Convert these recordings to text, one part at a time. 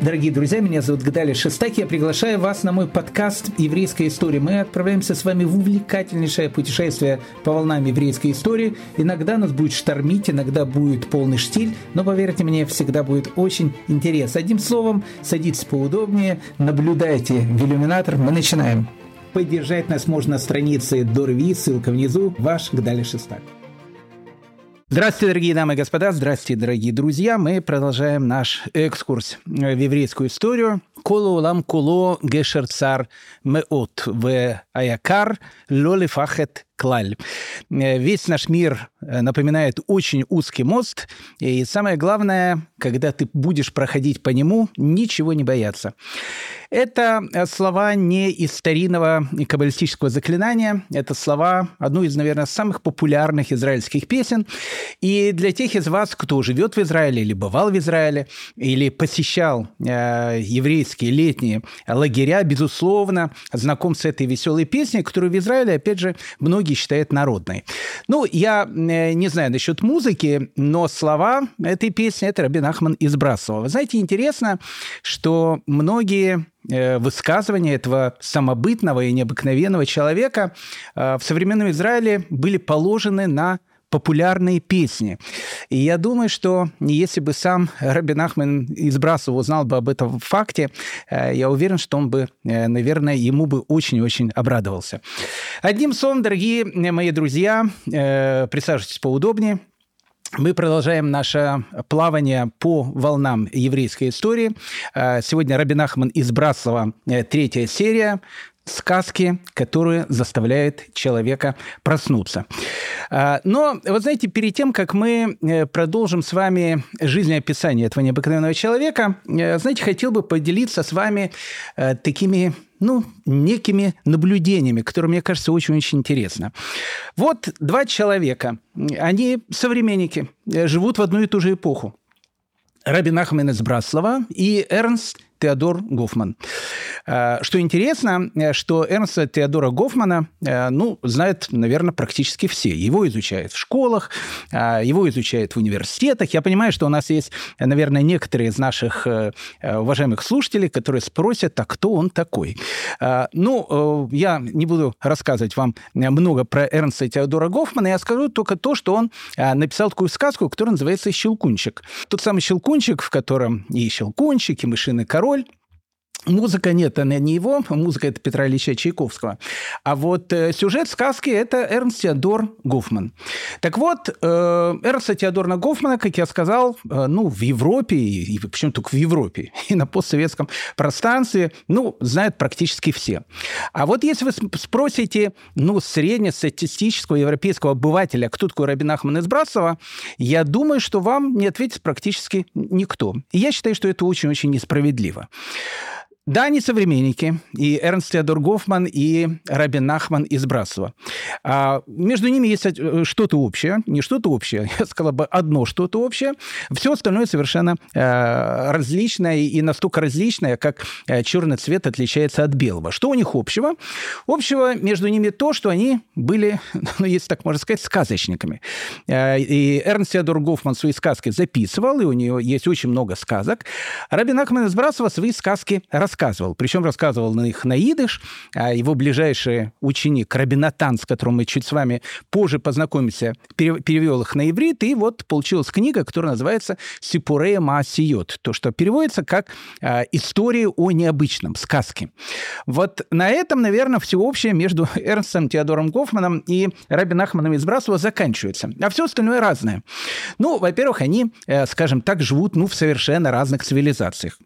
Дорогие друзья, меня зовут Гдалия Шестак, я приглашаю вас на мой подкаст «Еврейская история». Мы отправляемся с вами в увлекательнейшее путешествие по волнам еврейской истории. Иногда нас будет штормить, иногда будет полный штиль, но, поверьте мне, всегда будет очень интересно. Одним словом, садитесь поудобнее, наблюдайте в иллюминатор. Мы начинаем. Поддержать нас можно на странице Дорви, ссылка внизу. Ваш Гдалия Шестак. Здравствуйте, дорогие дамы и господа, здравствуйте, дорогие друзья. Мы продолжаем наш экскурс в еврейскую историю. «Коло улам коло гешер цар меот в аякар ло лефахет клаль». Весь наш мир напоминает очень узкий мост, и самое главное, когда ты будешь проходить по нему, ничего не бояться. Это слова не из старинного каббалистического заклинания, это слова одной из, наверное, самых популярных израильских песен. И для тех из вас, кто живет в Израиле или бывал в Израиле, или посещал еврейские летние лагеря, безусловно, знаком с этой веселой песней, которую в Израиле, опять же, многие считают народной. Ну, я не знаю насчет музыки, но слова этой песни – это Раби Нахман из Браслова. Вы знаете, интересно, что многие высказывания этого самобытного и необыкновенного человека в современном Израиле были положены на популярные песни. И я думаю, что если бы сам Раби Нахман из Браслова узнал бы об этом факте, я уверен, что он бы, наверное, ему бы очень-очень обрадовался. Одним словом, дорогие мои друзья, присаживайтесь поудобнее. Мы продолжаем наше плавание по волнам еврейской истории. Сегодня Раби Нахман из Браслова, 3-я серия. Сказки, которые заставляют человека проснуться. Но, вот знаете, перед тем, как мы продолжим с вами жизнеописание этого необыкновенного человека, знаете, хотел бы поделиться с вами такими, некими наблюдениями, которые, мне кажется, очень-очень интересно. Вот два человека, они современники, живут в одну и ту же эпоху. Раби Нахман из Браслова и Эрнст Теодор Гофман. Что интересно, что Эрнста Теодора Гофмана, знают, наверное, практически все. Его изучают в школах, его изучают в университетах. Я понимаю, что у нас есть, наверное, некоторые из наших уважаемых слушателей, которые спросят, а кто он такой? Я не буду рассказывать вам много про Эрнста Теодора Гофмана, я скажу только то, что он написал такую сказку, которая называется «Щелкунчик». Тот самый Щелкунчик, в котором и Щелкунчик, и мышиный король. Музыка нет, она не его, музыка – это Петра Ильича Чайковского. А вот сюжет сказки – это Эрнст Теодор Гофман. Так вот, Эрнста Теодора Гофмана, как я сказал, в Европе, и почему только в Европе, и на постсоветском пространстве, знают практически все. А вот если вы спросите, среднестатистического европейского обывателя, кто такой Раби Нахман из Браслова, я думаю, что вам не ответит практически никто. И я считаю, что это очень-очень несправедливо. Да, они современники, и Эрнст Теодор Гофман, и Раби Нахман из Браслова. Между ними есть что-то общее, не что-то общее, я сказал бы одно что-то общее, все остальное совершенно различное, и настолько различное, как черный цвет отличается от белого. Что у них общего? Общего между ними то, что они были, если так можно сказать, сказочниками. И Эрнст Теодор Гофман свои сказки записывал, и у него есть очень много сказок. Раби Нахман из Браслова свои сказки рассказывал. Причем рассказывал на их на идиш. Его ближайший ученик Раби Натан, с которым мы чуть с вами позже познакомимся, перевел их на иврит, и вот получилась книга, которая называется «Сипурей Маасиот», то, что переводится как «Истории о необычном», сказки. Вот на этом, наверное, все общее между Эрнстом Теодором Гофманом и Раби Нахманом из Браслова заканчивается. А все остальное разное. Во-первых, они, скажем так, живут в совершенно разных цивилизациях.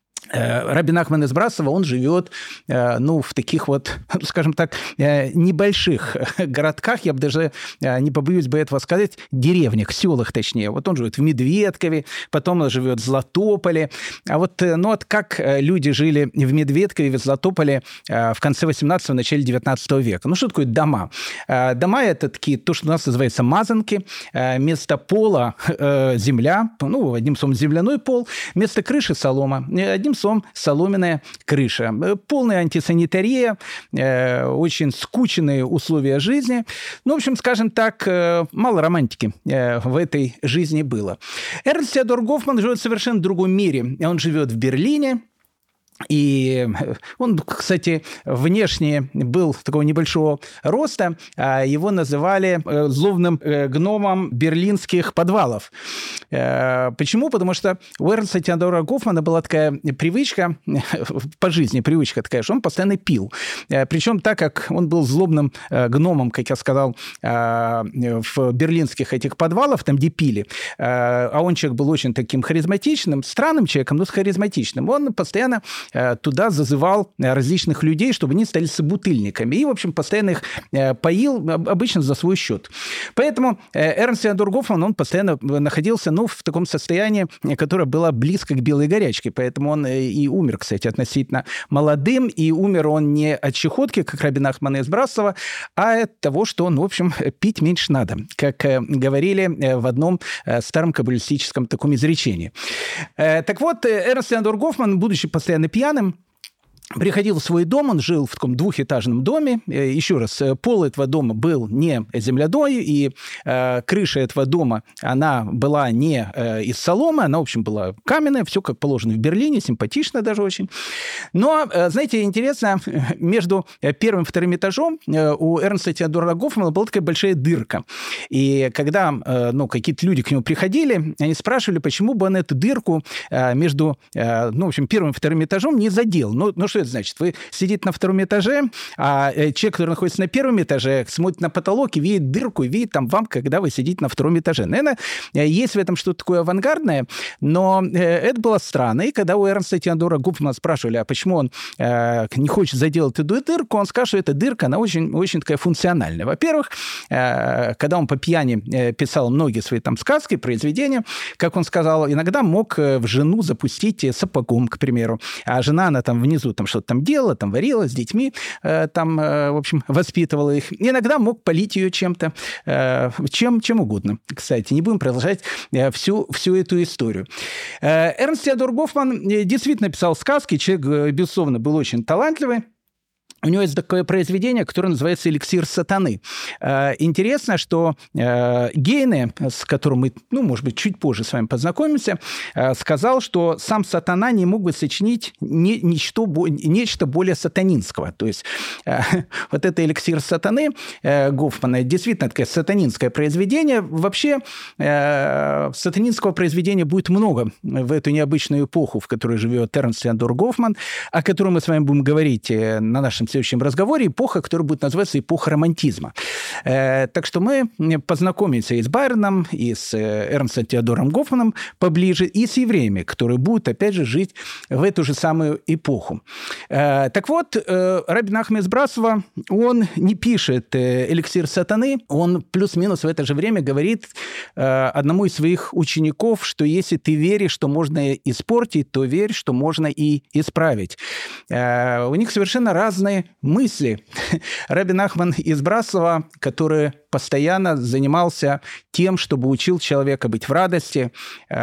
Раби Нахман из Браслова, он живет, в таких вот, скажем так, небольших городках, я бы даже не побоюсь бы этого сказать, деревнях, селах точнее. Вот он живет в Медведкове, потом он живет в Златополе. А вот, как люди жили в Медведкове, в Златополе в конце 18-го, начале 19 века? Что такое дома? Дома – это такие, то, что у нас называется мазанки. Вместо пола земля, одним словом, земляной пол, вместо крыши солома. Одним концом соломенная крыша. Полная антисанитария, очень скучные условия жизни. Ну, в общем, скажем так, мало романтики в этой жизни было. Эрнст Теодор Гофман живет в совершенно другом мире. Он живет в Берлине. И он, кстати, внешне был такого небольшого роста, а его называли злобным гномом берлинских подвалов. Почему? Потому что у Эрнста Теодора Гофмана была такая привычка, по жизни привычка такая, что он постоянно пил. Причем так как он был злобным гномом, как я сказал, в берлинских этих подвалах, там, где пили, а он человек был очень таким харизматичным, странным человеком, но с харизматичным, он постоянно туда зазывал различных людей, чтобы они стали собутыльниками. И, в общем, постоянно их поил, обычно за свой счет. Поэтому Эрнст Теодор Гофман, он постоянно находился, в таком состоянии, которое было близко к белой горячке. Поэтому он и умер, кстати, относительно молодым. И умер он не от чехотки, как Рабби Нахман из Браслова, а от того, что он, в общем, пить меньше надо, как говорили в одном старом каббалистическом таком изречении. Так вот, Эрнст Теодор Гофман, будучи постоянно пьяным, приходил в свой дом, он жил в таком двухэтажном доме. Еще раз, пол этого дома был не земляной, и крыша этого дома, она была не из соломы, она, в общем, была каменная, все как положено в Берлине, симпатично даже очень. Но, знаете, интересно, между первым и вторым этажом у Эрнста Теодора Гофмана была такая большая дырка. И когда какие-то люди к нему приходили, они спрашивали, почему бы он эту дырку между в общем, первым и вторым этажом не задел. Ну, что это значит? Вы сидите на втором этаже, а человек, который находится на первом этаже, смотрит на потолок и видит дырку, и видит там вам, когда вы сидите на втором этаже. Наверное, есть в этом что-то такое авангардное, но это было странно. И когда у Эрнста Теодора Гофмана спрашивали, а почему он не хочет заделать эту дырку, он сказал, что эта дырка, она очень, очень такая функциональная. Во-первых, когда он по пьяни писал многие свои там сказки, произведения, как он сказал, иногда мог в жену запустить сапогом, к примеру, а жена, она там внизу там что-то там делала, там варила с детьми, там, в общем, воспитывала их. Иногда мог полить ее чем-то, чем угодно. Кстати, не будем продолжать всю эту историю. Эрнст Теодор Гофман действительно писал сказки, человек, безусловно, был очень талантливый. У него есть такое произведение, которое называется «Эликсир сатаны». Интересно, что Гейне, с которым мы, может быть, чуть позже с вами познакомимся, сказал, что сам сатана не мог бы сочинить нечто более сатанинского. То есть вот это «Эликсир сатаны» Гофмана действительно такое сатанинское произведение. Вообще сатанинского произведения будет много в эту необычную эпоху, в которой живет Эрнст Теодор Гофман, о которой мы с вами будем говорить на нашем следующем разговоре, эпоха, которая будет называться эпоха романтизма. Так что мы познакомимся и с Байроном, и с Эрнстом Теодором Гофманом поближе, и с евреями, которые будут, опять же, жить в эту же самую эпоху. Так вот, Рабби Нахман из Браслова, он не пишет «Эликсир сатаны», он плюс-минус в это же время говорит одному из своих учеников, что если ты веришь, что можно испортить, то верь, что можно и исправить. У них совершенно разные мысли. Рабби Нахман из Браслова, который постоянно занимался тем, чтобы учил человека быть в радости,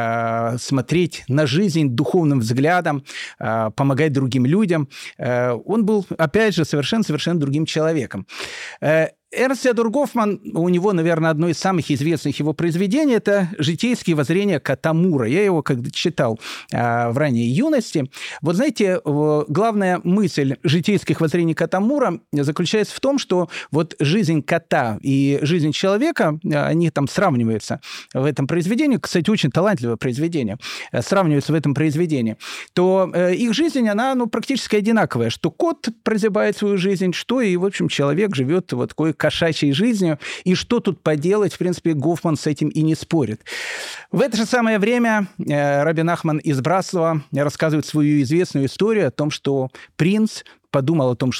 смотреть на жизнь духовным взглядом, помогать другим людям. Он был, опять же, совершенно другим человеком. Эрнст Теодор Гофман, у него, наверное, одно из самых известных его произведений – это «Житейские воззрения кота Мура». Я его когда читал в ранней юности. Вот знаете, главная мысль житейских воззрений кота Мура заключается в том, что вот жизнь кота и жизнь человека, они там сравниваются в этом произведении. Кстати, очень талантливое произведение. Сравниваются в этом произведении. То их жизнь, она практически одинаковая. Что кот прозябает свою жизнь, что и, в общем, человек живет вот такой кошачьей жизнью. И что тут поделать? В принципе, Гофман с этим и не спорит. В это же самое время Рабби Нахман из Браслова рассказывает свою известную историю о том, что принц подумал о том, что он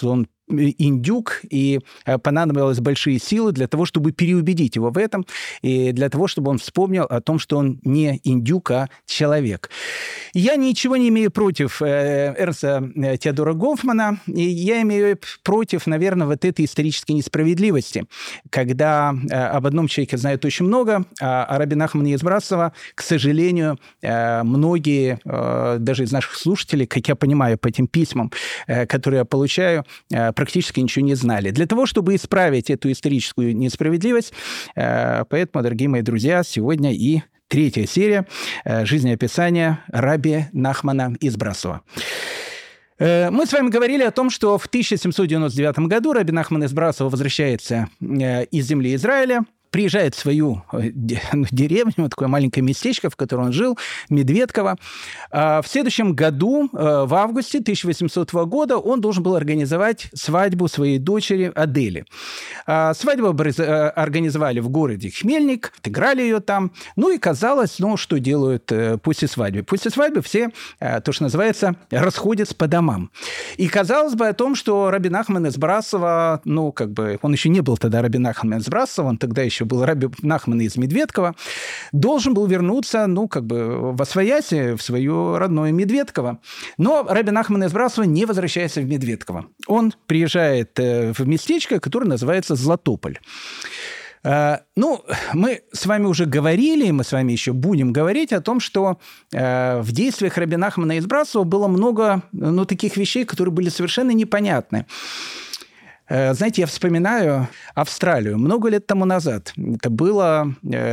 индюк, и понадобилось большие силы для того, чтобы переубедить его в этом, и для того, чтобы он вспомнил о том, что он не индюк, а человек. Я ничего не имею против Эрнста Теодора Гофмана, и я имею против, наверное, вот этой исторической несправедливости, когда об одном человеке знают очень много, а о Раби Нахмане из Браслова, к сожалению, многие, даже из наших слушателей, как я понимаю по этим письмам, которые я получаю, практически ничего не знали. Для того, чтобы исправить эту историческую несправедливость, поэтому, дорогие мои друзья, сегодня и третья серия жизнеописания Раби Нахмана из Браслова. Мы с вами говорили о том, что в 1799 году Раби Нахман из Браслова возвращается из земли Израиля, приезжает в свою деревню, такое маленькое местечко, в котором он жил, Медведково. В следующем году, в августе 1800 года, он должен был организовать свадьбу своей дочери Адели. Свадьбу организовали в городе Хмельник, отыграли ее там. Ну и казалось, что делают после свадьбы. После свадьбы все, то, что называется, расходятся по домам. И казалось бы о том, что Раби Нахман из Браслова, он еще не был тогда Раби Нахман из Браслова, он тогда еще был Раби Нахман из Медведково, должен был вернуться, восвояси, в свое родное Медведково. Но Раби Нахман из Браслова не возвращается в Медведково. Он приезжает в местечко, которое называется Златополь. Мы с вами уже говорили, и мы с вами еще будем говорить о том, что в действиях Раби Нахмана из Браслова было много таких вещей, которые были совершенно непонятны. Знаете, я вспоминаю Австралию много лет тому назад. Это было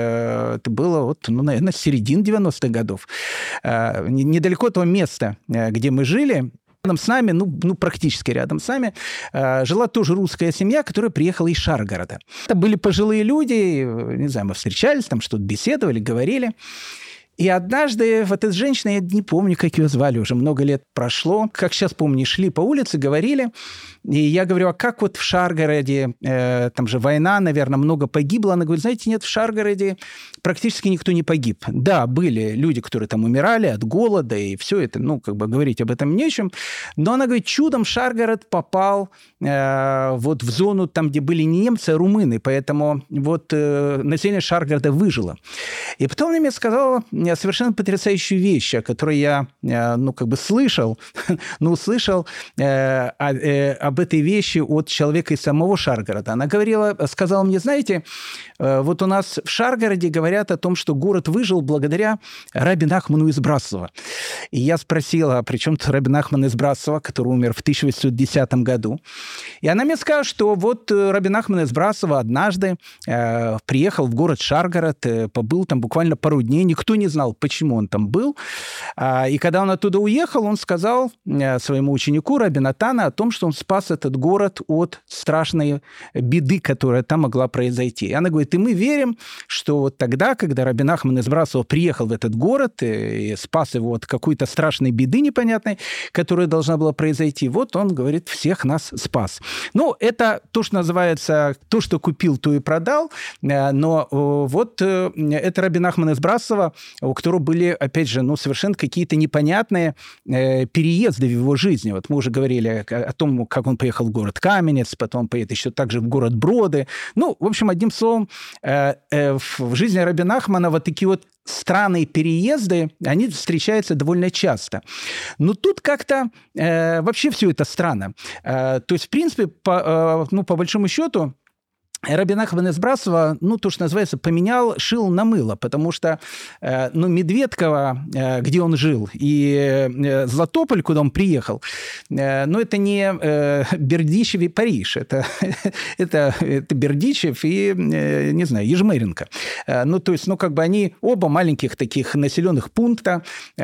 наверное, середина 90-х годов. Недалеко от того места, где мы жили, рядом с нами, практически рядом с нами, жила тоже русская семья, которая приехала из Шаргорода. Это были пожилые люди, не знаю, мы встречались, там что-то беседовали, говорили. И однажды вот эта женщина, я не помню, как ее звали, уже много лет прошло, как сейчас помню, шли по улице, говорили, и я говорю, а как вот в Шаргороде, там же война, наверное, много погибло? Она говорит, знаете, нет, в Шаргороде практически никто не погиб. Да, были люди, которые там умирали от голода, и все это, говорить об этом нечем, но она говорит, чудом Шаргород попал вот в зону, там, где были не немцы, а румыны, поэтому вот население Шаргорода выжило. И потом она мне сказала совершенно потрясающую вещь, о которой я, слышал, услышал об этой вещи от человека из самого Шаргорода. Она сказала мне, знаете, вот у нас в Шаргороде говорят о том, что город выжил благодаря Раби Нахману из Браслова. И я спросила, а при чем тут Раби Нахман из Браслова, который умер в 1810 году? И она мне сказала, что вот Раби Нахман из Браслова однажды приехал в город Шаргород, побыл там буквально пару дней, никто не знал, почему он там был. И когда он оттуда уехал, он сказал своему ученику Раби Натана о том, что он спас этот город от страшной беды, которая там могла произойти. И она говорит, и мы верим, что вот тогда, когда Раби Нахман из Браслова приехал в этот город и спас его от какой-то страшной беды непонятной, которая должна была произойти, вот он, говорит, всех нас спас. Это то, что называется, то, что купил, то и продал, но вот это Раби Нахман из Браслова, у которого были, опять же, совершенно какие-то непонятные переезды в его жизни. Вот мы уже говорили о том, как он поехал в город Каменец, потом поедет еще также в город Броды. В общем, одним словом, в жизни Раби Нахмана вот такие вот странные переезды, они встречаются довольно часто. Но тут как-то вообще все это странно. То есть, в принципе, по большому счету, Раби Нахман из Браслова, то, что называется, поменял шило на мыло, потому что Медведково, где он жил, и Златополь, куда он приехал, это не Бердичев и Париж, это Бердичев и, не знаю, Ежмеринка. То есть, они оба маленьких таких населенных пункта,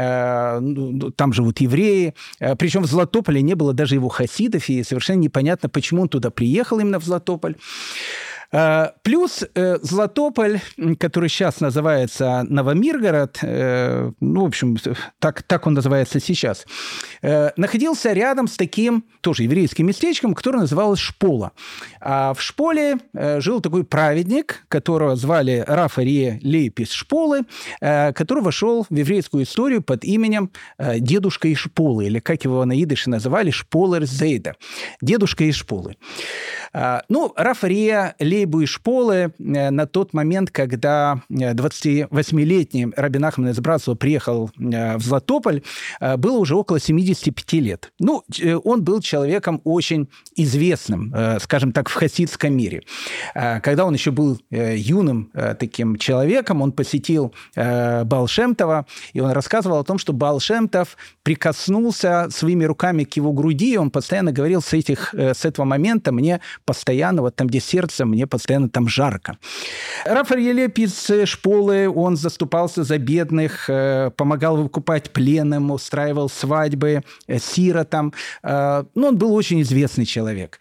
там живут евреи, причем в Златополе не было даже его хасидов, и совершенно непонятно, почему он туда приехал именно в Златополь. Плюс Златополь, который сейчас называется Новомиргород, ну, в общем, так он называется сейчас, находился рядом с таким тоже еврейским местечком, которое называлось Шпола. А в Шполе жил такой праведник, которого звали Рав Арье Лейб из Шполы, который вошел в еврейскую историю под именем Дедушка из Шполы, или как его на идыше называли, Шполер Зейда, Дедушка из Шполы. Ну, Рав Арье Лейбу из Шполы на тот момент, когда 28-летний Раби Нахман из Братслава приехал в Златополь, было уже около 75 лет. Ну, он был человеком очень известным, скажем так, в хасидском мире. Когда он еще был юным таким человеком, он посетил Баал Шем Това, и он рассказывал о том, что Баал Шем Тов прикоснулся своими руками к его груди, и он постоянно говорил с этого момента мне постоянно, вот там, где сердце, мне постоянно там жарко. Рав Арье Лейб из Шполы, он заступался за бедных, помогал выкупать пленным, устраивал свадьбы сиротам. Ну, он был очень известный человек.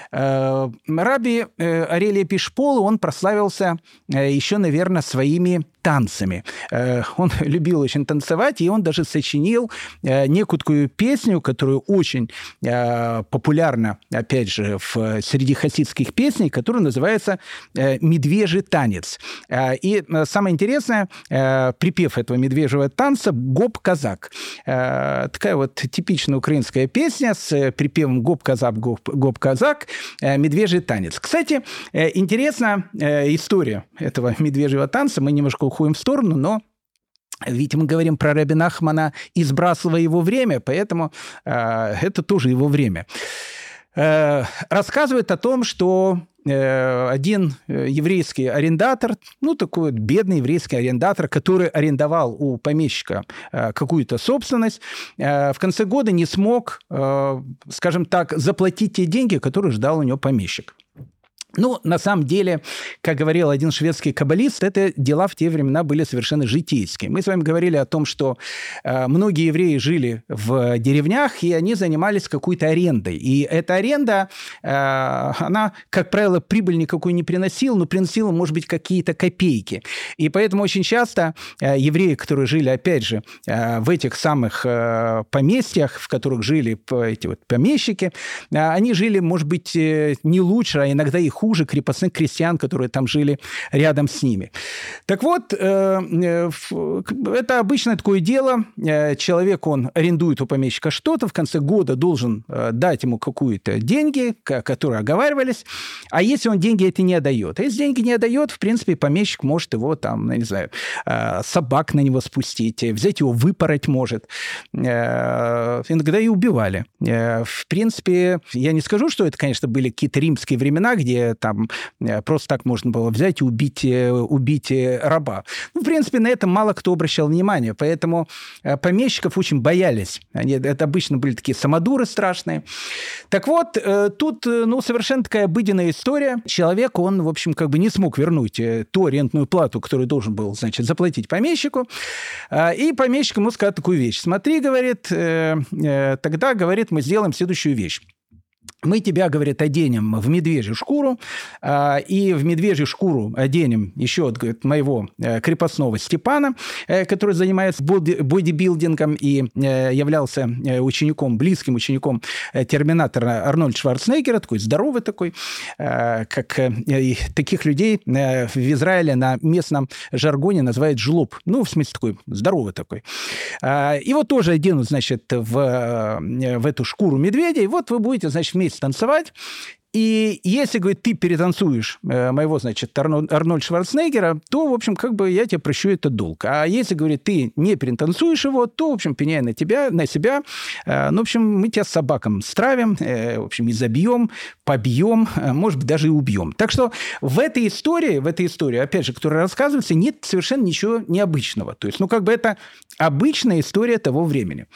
Раби Арье Лейб из Шполы, он прославился еще, наверное, своими танцами. Он любил очень танцевать, и он даже сочинил некую такую песню, которую очень популярна, опять же, среди хасидских песней, которая называется «Медвежий танец». И самое интересное, припев этого медвежьего танца «Гоп-казак». Такая вот типичная украинская песня с припевом «Гоп-казак, гоп-казак», «Медвежий танец». Кстати, интересна история этого медвежьего танца. Мы немножко уходим в сторону, но ведь мы говорим про Раби Нахмана из Братслава его время, поэтому это тоже его время. Рассказывает о том, что один еврейский арендатор, ну, такой вот бедный еврейский арендатор, который арендовал у помещика какую-то собственность, в конце года не смог, скажем так, заплатить те деньги, которые ждал у него помещик. Ну, на самом деле, как говорил один шведский каббалист, это дела в те времена были совершенно житейские. Мы с вами говорили о том, что многие евреи жили в деревнях, и они занимались какой-то арендой. И эта аренда, она, как правило, прибыль никакой не приносила, но приносила, может быть, какие-то копейки. И поэтому очень часто евреи, которые жили, опять же, в этих самых поместьях, в которых жили эти вот помещики, они жили, может быть, не лучше, а иногда и хуже крепостных крестьян, которые там жили рядом с ними. Так вот, это обычное такое дело. Человек, он арендует у помещика что-то, в конце года должен дать ему какие-то деньги, которые оговаривались, а если он деньги эти не отдает? А если деньги не отдает, в принципе, помещик может его там, не знаю, собак на него спустить, взять его выпороть может. Иногда и убивали. В принципе, я не скажу, что это, конечно, были какие-то римские времена, где там просто так можно было взять и убить раба. Ну, в принципе, на это мало кто обращал внимание, поэтому помещиков очень боялись. Это обычно были такие самодуры страшные. Так вот, тут, ну, совершенно такая обыденная история. Человек, он, в общем, как бы не смог вернуть ту арендную плату, которую должен был, значит, заплатить помещику. И помещик ему сказал такую вещь. Смотри, говорит, тогда, говорит, мы сделаем следующую вещь. Мы тебя, говорит, оденем в медвежью шкуру, и в медвежью шкуру оденем еще, говорит, моего крепостного Степана, который занимается бодибилдингом и являлся учеником, близким учеником терминатора Арнольда Шварценеггера, такой здоровый такой, как таких людей в Израиле на местном жаргоне называют жлоб. Ну, в смысле, такой здоровый такой. Его тоже оденут, значит, в эту шкуру медведя, и вот вы будете, значит, вместе танцевать. И если, говорит, ты перетанцуешь моего, значит, Арнольда Шварценеггера, то, в общем, как бы я тебе прощу этот долг. А если, говорит, ты не перетанцуешь его, то, в общем, пеняй на себя, ну, в общем, мы тебя с собаком стравим, в общем, изобьем, побьем, может быть, даже и убьем. Так что в этой истории, опять же, которая рассказывается, нет совершенно ничего необычного. То есть, ну, как бы это обычная история того времени.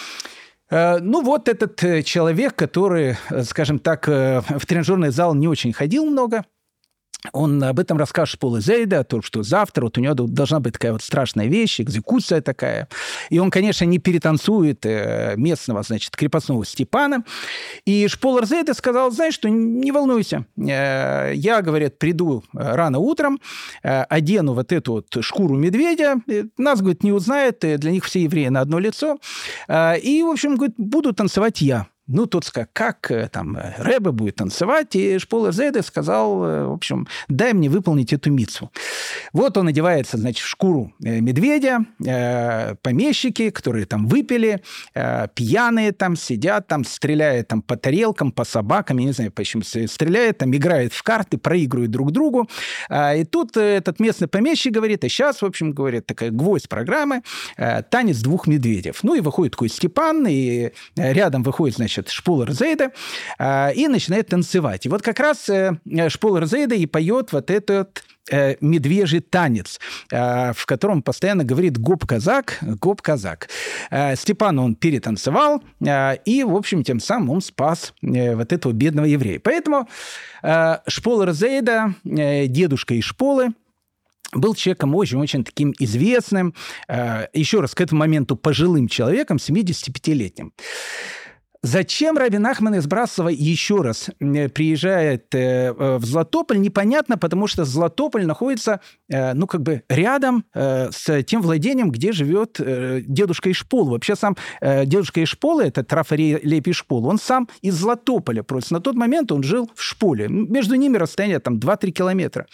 Ну, вот этот человек, который, скажем так, в тренажерный зал не очень ходил много, он об этом расскажет Шполе Зейда, о том, что завтра вот у него должна быть такая вот страшная вещь, экзекуция такая. И он, конечно, не перетанцует местного, значит, крепостного Степана. И Шполер Зейда сказал, знаешь, что не волнуйся. Я, говорит, приду рано утром, одену вот эту вот шкуру медведя. Нас, говорит, не узнает, для них все евреи на одно лицо. И, в общем, говорит, буду танцевать я. Ну, тот сказал, как там Ребе будет танцевать, и Шполер Зейда сказал, в общем, дай мне выполнить эту мицву. Вот он одевается, значит, в шкуру медведя, помещики, которые там выпили, пьяные там сидят, там стреляют там по тарелкам, по собакам, я не знаю, почему стреляют, там играют в карты, проигрывают друг другу. И тут этот местный помещик говорит, а сейчас, в общем, говорит, такая гвоздь программы, танец двух медведев. Ну, и выходит такой Степан, и рядом выходит, значит, Шполер Зейда, и начинает танцевать. И вот как раз Шполер Зейда и поет вот этот медвежий танец, в котором постоянно говорит «гоп-казак, гоп-казак». Степан он перетанцевал, и, в общем, тем самым он спас вот этого бедного еврея. Поэтому Шполер Зейда, дедушка из Шполы, был человеком очень-очень таким известным, еще раз, к этому моменту пожилым человеком, 75-летним. Зачем Раби Нахман из Браслова еще раз приезжает в Златополь, непонятно, потому что Златополь находится, ну, как бы рядом с тем владением, где живет дедушка из Шполы. Вообще сам дедушка из Шполы, это Рафаэль Лепи Шпол, он сам из Златополя. Просто на тот момент он жил в Шполе. Между ними расстояние там 2-3 километра.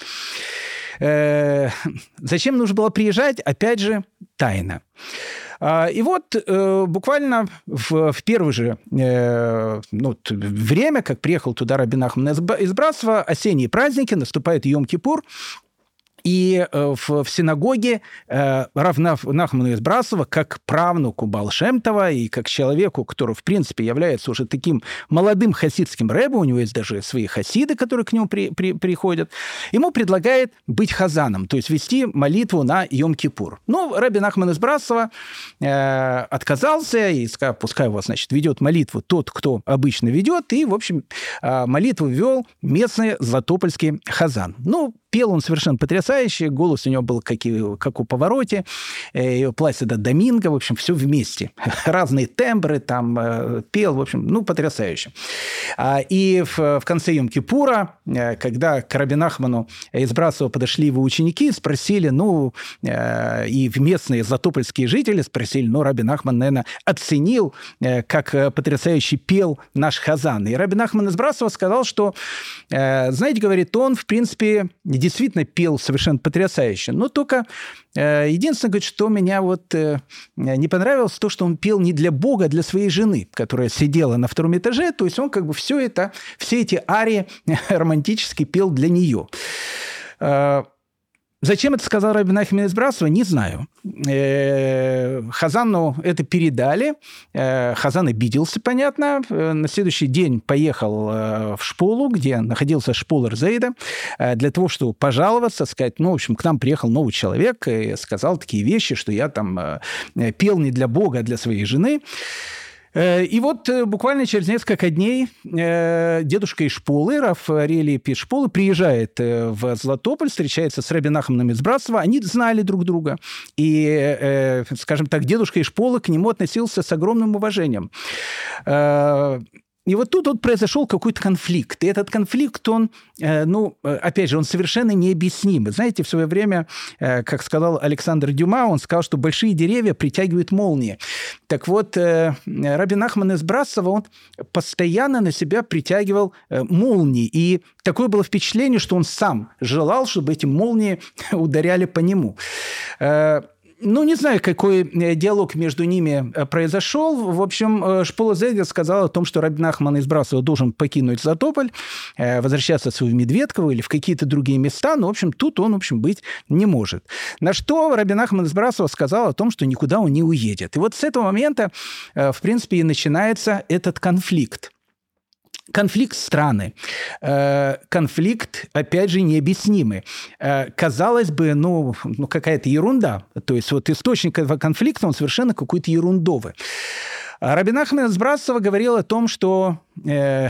Зачем нужно было приезжать? Опять же, тайна. И вот буквально в первое же время, как приехал туда Раби Нахман из Браслова, осенние праздники, наступает Йом-Кипур, и в синагоге Рав Нахману из Браслова, как правнуку Баал Шем Това и как человеку, который, в принципе, является уже таким молодым хасидским рэбе, у него есть даже свои хасиды, которые к нему приходят, ему предлагает быть хазаном, то есть вести молитву на Йом-Кипур. Ну, Раби Нахман из Браслова отказался и сказал, пускай его, значит, ведет молитву тот, кто обычно ведет, и, в общем, молитву вел местный златопольский хазан. Ну, пел он совершенно потрясающе, голос у него был как у Павароти, платье до Доминго, в общем, все вместе. Разные тембры там пел, в общем, ну, потрясающе. И в конце Йом-Кипура, когда к Раби Нахману из Браслова подошли его ученики, спросили, ну, и местные златопольские жители спросили, ну, Раби Нахман, наверное, оценил, как потрясающе пел наш хазан. И Раби Нахман из Браслова сказал, что, знаете, говорит, он, в принципе, действительно пел совершенно потрясающе. Но только единственное, говорит, что меня вот не понравилось, то, что он пел не для Бога, а для своей жены, которая сидела на втором этаже. То есть он как бы все эти арии романтически пел для нее. Зачем это сказал Раби Нахман из Браслова, не знаю. Хазану это передали. Хазан обиделся, понятно. На следующий день поехал в Шполу, где находился Шполер Зейда, для того, чтобы пожаловаться, сказать, ну, в общем, к нам приехал новый человек и сказал такие вещи, что я там пел не для Бога, а для своей жены. И вот буквально через несколько дней дедушка из Шполы, Рафаэль Лепи Шполы, приезжает в Златополь, встречается с Раби Нахманом из Браслова. Они знали друг друга. И, скажем так, дедушка из Шполы к нему относился с огромным уважением. И вот тут произошел какой-то конфликт. И этот конфликт, он, ну, опять же, он совершенно необъяснимый. Знаете, в свое время, как сказал Александр Дюма, он сказал, что большие деревья притягивают молнии. Так вот, Раби Нахман из Браслова, он постоянно на себя притягивал молнии. И такое было впечатление, что он сам желал, чтобы эти молнии ударяли по нему. Ну, не знаю, какой диалог между ними произошел. В общем, Шпола Зейда сказал о том, что Раби Нахман из Браслова должен покинуть Златополь, возвращаться в свою Медведкову или в какие-то другие места, но, в общем, тут он, в общем, быть не может. На что Раби Нахман из Браслова сказал о том, что никуда он не уедет. И вот с этого момента, в принципе, и начинается этот конфликт. Конфликт страны. Конфликт, опять же, необъяснимый. Казалось бы, ну какая-то ерунда. То есть вот источник этого конфликта, он совершенно какой-то ерундовый. Раби Нахман из Браслова говорил о том, что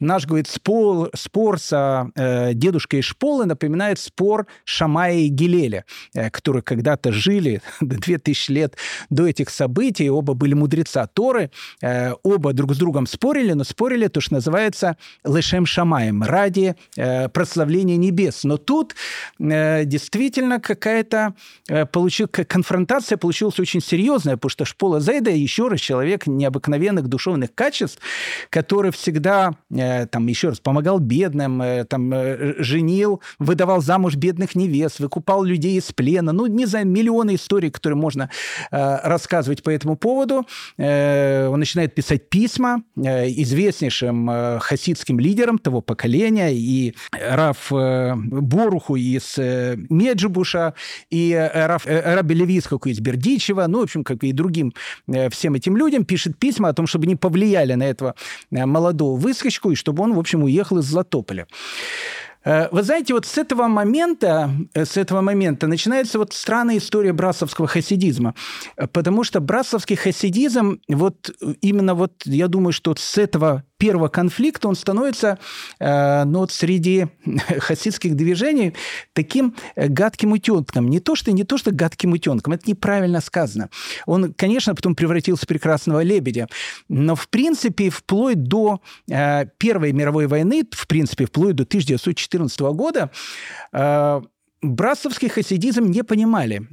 наш, говорит, спор с дедушкой из Шполы напоминает спор Шамая и Гилеля, которые когда-то жили 2000 лет до этих событий, оба были мудреца Торы, оба друг с другом спорили, но спорили то, что называется лешем шамаем, ради прославления небес. Но тут действительно какая-то конфронтация получилась очень серьезная, потому что Шпола Зейда, еще раз, человек необыкновенных душевных качеств, который всегда, еще раз, помогал бедным, женил, выдавал замуж бедных невест, выкупал людей из плена. Не знаю, миллионы историй, которые можно рассказывать по этому поводу. Он начинает писать письма известнейшим хасидским лидерам того поколения, и Рав Боруху из Меджибуша, и Раби Левицхаку из Бердичева, в общем, как и другим всем этим людям, пишет письма о том, чтобы не повлияли на этого молодого выскочку, и чтобы он, в общем, уехал из Златополя. Вы знаете, вот с этого момента начинается вот странная история брасловского хасидизма, потому что брасловский хасидизм, я думаю, что с этого первого конфликта он становится среди хасидских движений таким гадким утенком. Не то, что гадким утенком, это неправильно сказано. Он, конечно, потом превратился в прекрасного лебедя, но, в принципе, вплоть до Первой мировой войны, вплоть до 1914 года, брасловский хасидизм не понимали,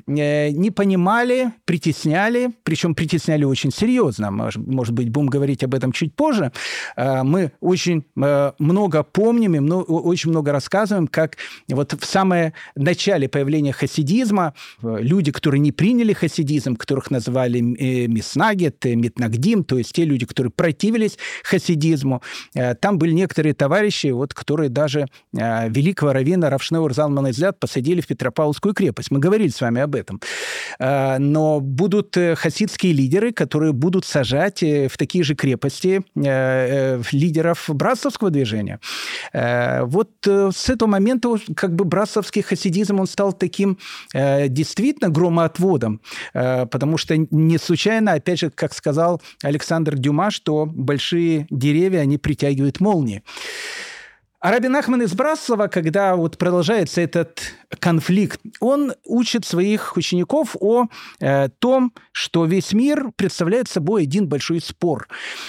притесняли, причем притесняли очень серьезно. Может быть, будем говорить об этом чуть позже. Мы очень много помним и очень много рассказываем, как вот в самое начале появления хасидизма люди, которые не приняли хасидизм, которых называли миснагет, митнагдим, то есть те люди, которые противились хасидизму, там были некоторые товарищи, которые даже великого раввина Рав Шнеур Залман Изляд посадили в Петропавловскую крепость. Мы говорили с вами об этом. Но будут хасидские лидеры, которые будут сажать в такие же крепости лидеров брасловского движения. Вот с этого момента брасловский хасидизм он стал таким действительно громоотводом, потому что не случайно, опять же, как сказал Александр Дюма, что большие деревья, они притягивают молнии. А Раби Нахман из Браслова, когда продолжается этот конфликт, он учит своих учеников о том, что весь мир представляет собой один большой спор.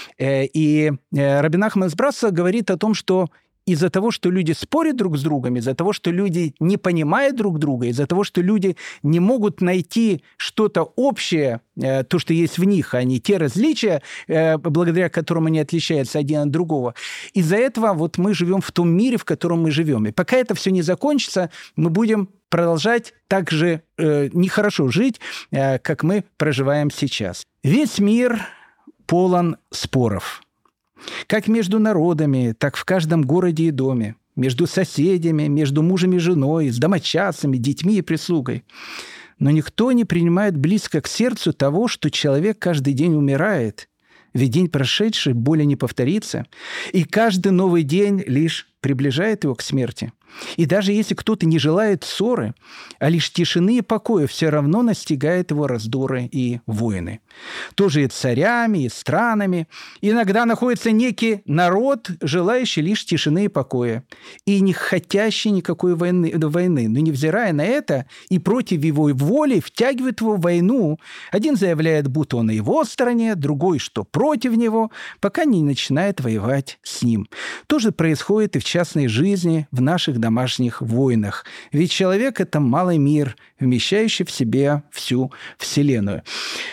И Раби Нахман из Браслова говорит о том, что из-за того, что люди спорят друг с другом, из-за того, что люди не понимают друг друга, из-за того, что люди не могут найти что-то общее, то, что есть в них, а не те различия, благодаря которым они отличаются один от другого. Из-за этого мы живем в том мире, в котором мы живем. И пока это все не закончится, мы будем продолжать так же нехорошо жить, как мы проживаем сейчас. Весь мир полон споров. Как между народами, так в каждом городе и доме, между соседями, между мужем и женой, с домочадцами, детьми и прислугой. Но никто не принимает близко к сердцу того, что человек каждый день умирает, ведь день прошедший более не повторится, и каждый новый день лишь приближает его к смерти. И даже если кто-то не желает ссоры, а лишь тишины и покоя, все равно настигает его раздоры и войны. Тоже и царями, и странами. Иногда находится некий народ, желающий лишь тишины и покоя, и не хотящий никакой войны. Но невзирая на это, и против его воли втягивает его в войну. Один заявляет, будто он на его стороне, другой, что против него, пока не начинает воевать с ним. То же происходит и в частной жизни, в наших домашних войнах. Ведь человек – это малый мир, вмещающий в себе всю Вселенную.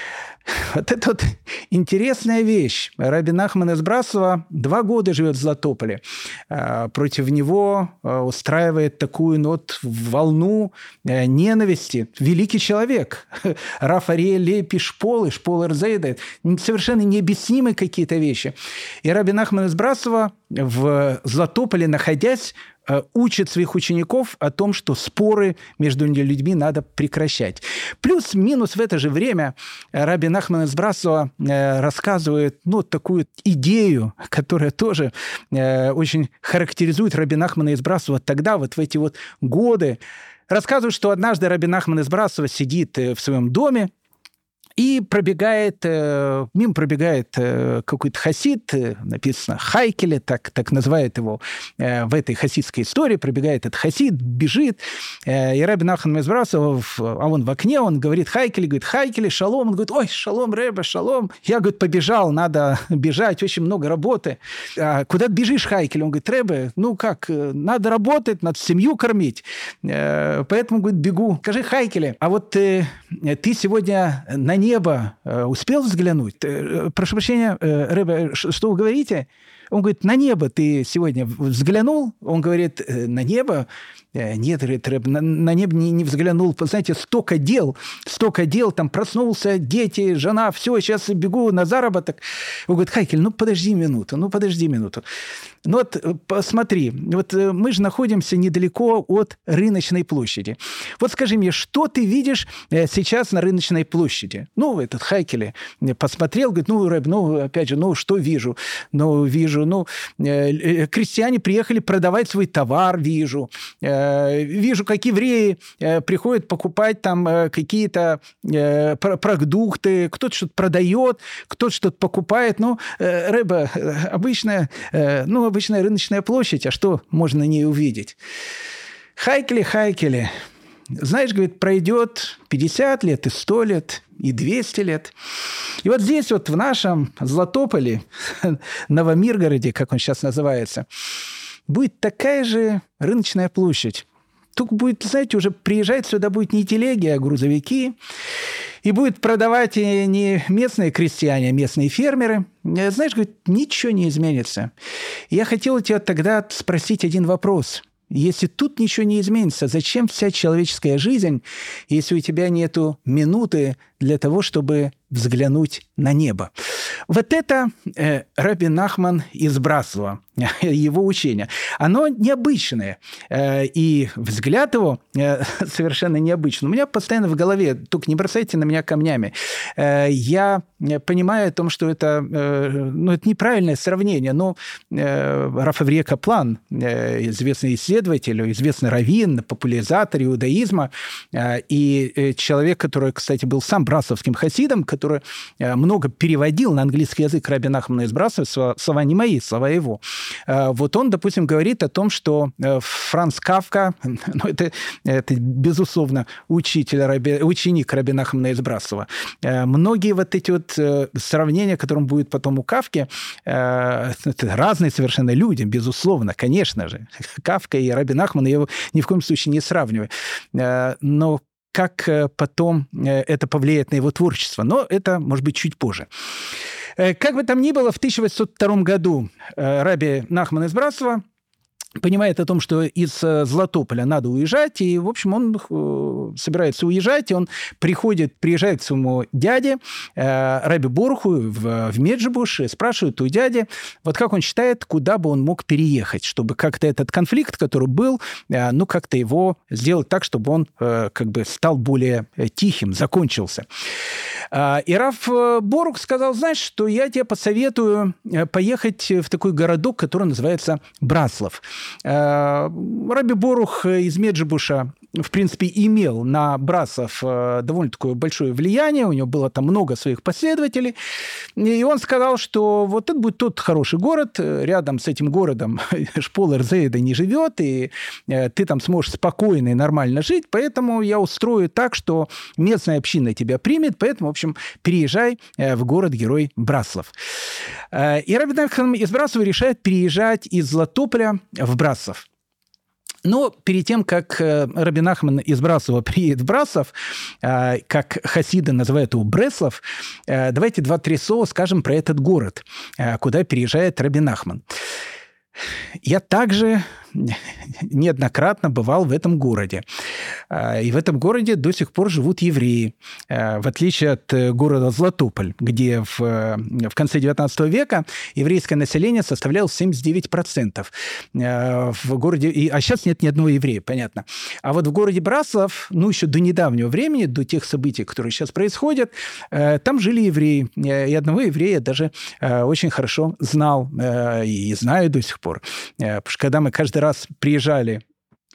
Вот это интересная вещь. Раби Нахман из Браслова 2 года живет в Златополе. Против него устраивает такую волну ненависти. Великий человек. Рав Ариэль Лепи Шполы Рзейда. Совершенно необъяснимые какие-то вещи. И Раби Нахман из Браслова в Златополе, находясь, учит своих учеников о том, что споры между людьми надо прекращать. Плюс-минус в это же время Раби Нахман из Браслова рассказывает такую идею, которая тоже очень характеризует Раби Нахмана из Браслова тогда, в эти годы. Рассказывает, что однажды Раби Нахман из Браслова сидит в своем доме, И мимо пробегает какой-то хасид, написано Хайкеле, так называют его в этой хасидской истории, пробегает этот хасид, бежит, и Раби Нахман из Браслова, а он в окне, он говорит Хайкеле, шалом, он говорит, ой, шалом, Ребе, шалом. Я, говорит, побежал, надо бежать, очень много работы. Куда ты бежишь, Хайкеле? Он говорит, Ребе, надо работать, надо семью кормить. Поэтому, говорит, бегу. Скажи, Хайкеле, а вот ты сегодня на небо успел взглянуть? Прошу прощения, Ребе, что вы говорите? Он говорит, на небо ты сегодня взглянул? Он говорит, на небо? Нет, на небо не взглянул. Знаете, столько дел, там проснулся, дети, жена, все, сейчас бегу на заработок. Он говорит, Хайкель, подожди минуту. Вот посмотри, вот мы же находимся недалеко от рыночной площади. Вот скажи мне, что ты видишь сейчас на рыночной площади? Этот Хайкеле посмотрел, говорит, Рэб, опять же, что вижу? Вижу, крестьяне приехали продавать свой товар, вижу, как евреи приходят покупать там какие-то продукты, кто-то что-то продает, кто-то что-то покупает. Рэбе, обычная рыночная площадь, а что можно на ней увидеть? Хайкеле, знаешь, говорит, пройдет 50 лет, и 100 лет, и 200 лет. И вот здесь, в нашем Златополе, Новомиргороде, как он сейчас называется, будет такая же рыночная площадь. Только будет, знаете, уже приезжать сюда будет не телеги, а грузовики. И будет продавать не местные крестьяне, а местные фермеры. Знаешь, говорит, ничего не изменится. Я хотел тебя тогда спросить один вопрос. Если тут ничего не изменится, зачем вся человеческая жизнь, если у тебя нету минуты для того, чтобы взглянуть на небо? Вот это Раби Нахман из Браслова, его учение. Оно необычное, и взгляд его совершенно необычный. У меня постоянно в голове, только не бросайте на меня камнями, я понимаю о том, что это неправильное сравнение, но Рав Аврия Каплан, известный исследователь, известный раввин, популяризатор иудаизма, и человек, который, кстати, был сам брасловским хасидом, который много переводил на английский язык Раби Нахмана из Браслова, слова не мои, слова его. Вот он, допустим, говорит о том, что Франц Кафка, это безусловно, ученик Раби Нахмана из Браслова. Многие вот эти сравнения, которые будет потом у Кафки, это разные совершенно люди, безусловно, конечно же. Кафка и Раби Нахман, я его ни в коем случае не сравниваю. Но как потом это повлияет на его творчество. Но это, может быть, чуть позже. Как бы там ни было, в 1802 году Раби Нахман из Браслова понимает о том, что из Златополя надо уезжать, и, в общем, он собирается уезжать, и он приезжает к своему дяде, Раби Боруху, в Меджибуш, и спрашивает у дяди, вот как он считает, куда бы он мог переехать, чтобы как-то этот конфликт, который был, как-то его сделать так, чтобы он стал более тихим, закончился. И Рав Борух сказал, знаешь, что я тебе посоветую поехать в такой городок, который называется Браслов. Раби Борух из Меджибуша, в принципе, имел на Браслов довольно такое большое влияние, у него было там много своих последователей, и он сказал, что вот это будет тот хороший город, рядом с этим городом Шполер Зейда не живет, и ты там сможешь спокойно и нормально жить, поэтому я устрою так, что местная община тебя примет, поэтому, в общем, переезжай в город-герой Браслов. И Раби Нахман из Браслова решает переезжать из Златополя в Браслов. Но перед тем, как Раби Нахман из Браслова приедет в Браслов, как хасиды называют его Бреслов, давайте 2-3 слова скажем про этот город, куда переезжает Раби Нахман. Я также неоднократно бывал в этом городе. И в этом городе до сих пор живут евреи, в отличие от города Златополь, где в конце XIX века еврейское население составляло 79%. В городе, а сейчас нет ни одного еврея, понятно. А вот в городе Браслов, еще до недавнего времени, до тех событий, которые сейчас происходят, там жили евреи. И одного еврея даже очень хорошо знал и знаю до сих пор. Потому что когда мы каждый раз приезжали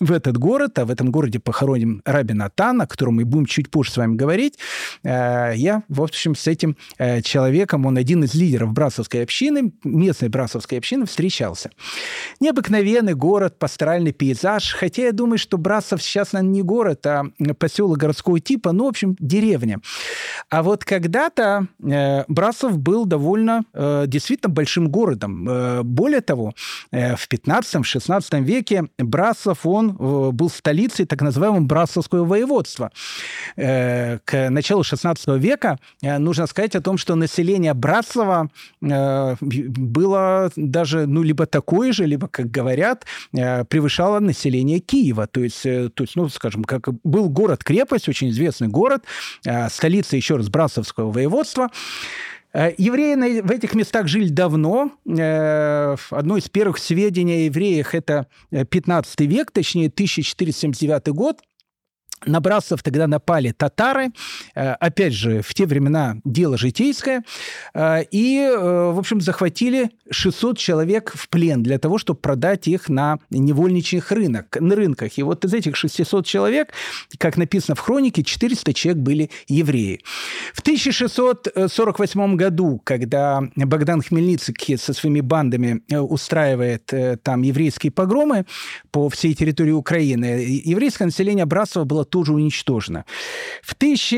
в этот город, а в этом городе похоронен Раби Натан, о котором мы будем чуть позже с вами говорить. Я, в общем, с этим человеком, он один из лидеров брассовской общины, местной брассовской общины, встречался. Необыкновенный город, пасторальный пейзаж, хотя я думаю, что Брассов сейчас, наверное, не город, а поселок городского типа, ну, в общем, деревня. А вот когда-то Брассов был довольно действительно большим городом. Более того, в 15-16 веке Брассов, он был столицей так называемого Брассовского воеводства. К началу 16 века нужно сказать о том, что население Брассова было даже, ну, либо такое же, либо, как говорят, превышало население Киева. То есть, ну, скажем, как был город-крепость, очень известный город, столица, еще раз, Брассовского воеводства. Евреи в этих местах жили давно. Одно из первых сведений о евреях – это 15 век, точнее, 1479 год. На Брассов тогда напали татары, опять же, в те времена дело житейское, и, в общем, захватили 600 человек в плен для того, чтобы продать их на невольничьих рынках. И вот из этих 600 человек, как написано в хронике, 400 человек были евреи. В 1648 году, когда Богдан Хмельницкий со своими бандами устраивает там еврейские погромы по всей территории Украины, еврейское население Брассова было тоже уничтожено. В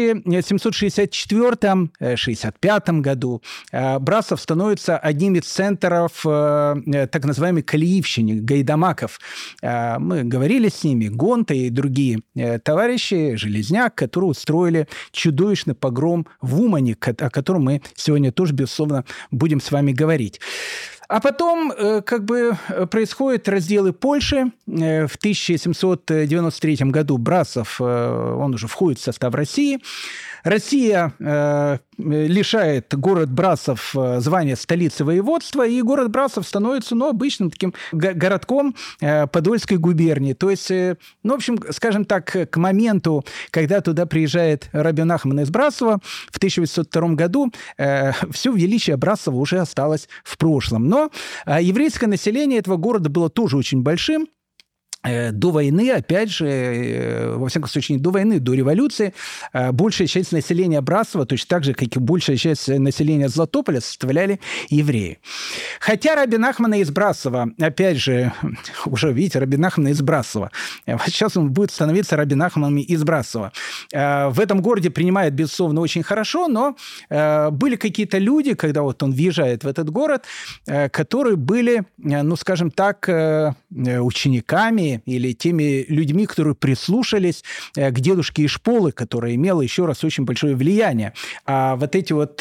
1764-65 году Брассов становится одним из центров так называемой колеивщины, гайдамаков. Мы говорили с ними, Гонта и другие товарищи, Железняк, которые устроили чудовищный погром в Умане, о котором мы сегодня тоже, безусловно, будем с вами говорить. А потом как бы происходят разделы Польши. В 1793 году Брассов, он уже входит в состав России. Россия лишает город Брассов звания столицы воеводства, и город Брассов становится, ну, обычным таким городком Подольской губернии. То есть, ну, в общем, скажем так, к моменту, когда туда приезжает Раби Нахман из Брассова в 1802 году, все величие Брассова уже осталось в прошлом. Но еврейское население этого города было тоже очень большим. До войны, опять же, во всяком случае, не до войны, до революции, большая часть населения Брассова, точно так же, как и большая часть населения Златополя, составляли евреи. Хотя Раби Нахмана из Брассова, опять же, уже, видите, Раби Нахмана из Брассова, сейчас он будет становиться Раби Нахманом из Брассова. В этом городе принимают, безусловно, очень хорошо, но были какие-то люди, когда вот он въезжает в этот город, которые были, ну, скажем так, учениками или теми людьми, которые прислушались к дедушке Ишполы, которая имела, еще раз, очень большое влияние. А вот эти вот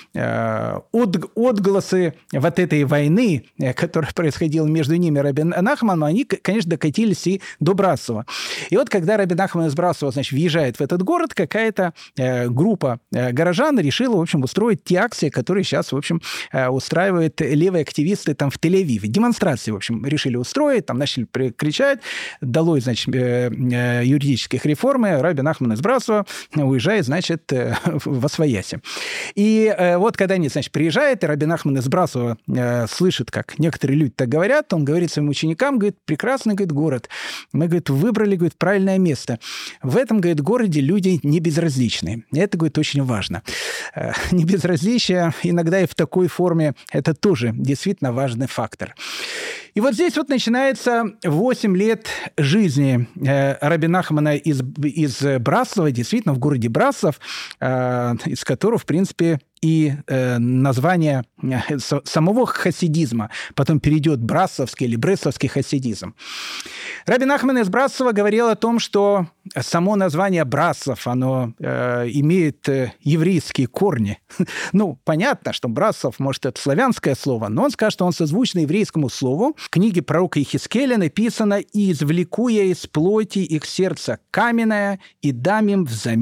отголосы вот этой войны, которая происходила между ними и Раби Нахманом, они, конечно, докатились и до Брассова. И вот когда Раби Нахман из Брассова, значит, въезжает в этот город, какая-то группа горожан решила, в общем, устроить те акции, которые сейчас, в общем, устраивают левые активисты там в Тель-Авиве. Демонстрации, в общем, решили устроить, там начали кричать, долой, значит, юридических реформы, Раби Нахман из Брассова уезжает, значит, восвояси. И вот когда они, значит, приезжают, и Раби Нахман из Брассова слышит, как некоторые люди так говорят, он говорит своим ученикам, говорит, прекрасный, говорит, город. Мы, говорит, выбрали, говорит, правильное место. В этом, говорит, городе люди не безразличны. И это, говорит, очень важно. Небезразличие иногда и в такой форме, это тоже действительно важный фактор. И вот здесь вот начинается 8 лет жизни Раби Нахмана из Брассова, действительно, в городе Брассов, из которого, в принципе, и название самого хасидизма потом перейдет брассовский или бресловский хасидизм. Раби Нахман из Брассова говорил о том, что само название Брассов, оно имеет еврейские корни. Ну, понятно, что Брассов, может, это славянское слово, но он скажет, что он созвучно еврейскому слову. В книге пророка Ихискеля написано: «И извлеку я из плоти их сердца каменное, и дам им взамен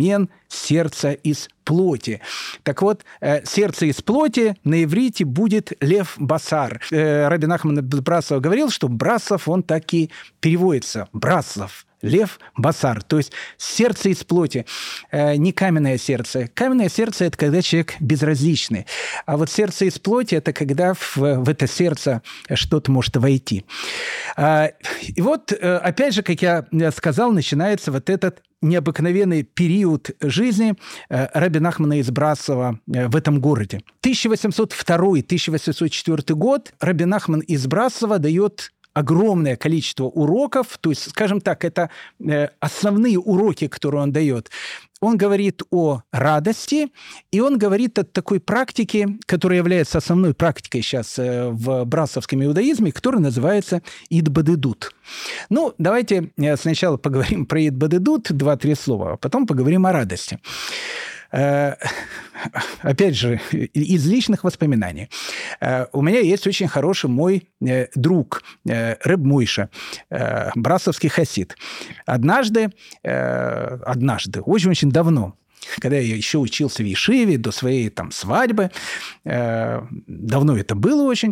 сердце из плоти. Так вот, сердце из плоти на иврите будет лев басар. Раби Нахман из Браслова говорил, что Браслов, он так и переводится. Браслов. Лев басар, то есть сердце из плоти, не каменное сердце. Каменное сердце – это когда человек безразличный. А вот сердце из плоти – это когда в это сердце что-то может войти. И вот, опять же, как я сказал, начинается вот этот необыкновенный период жизни раби Нахмана из Браслова в этом городе. 1802-1804 год раби Нахман из Браслова дает огромное количество уроков, то есть, скажем так, это основные уроки, которые он дает. Он говорит о радости, и он говорит о такой практике, которая является основной практикой сейчас в брасловском иудаизме, которая называется идбадедут. Ну, давайте сначала поговорим про идбадедут, 2-3 слова, а потом поговорим о радости. Опять же, из личных воспоминаний. У меня есть очень хороший мой друг, Реб Мойша, брасловский хасид. Однажды, очень-очень давно, когда я еще учился в Ешиве, до своей там свадьбы, давно это было очень,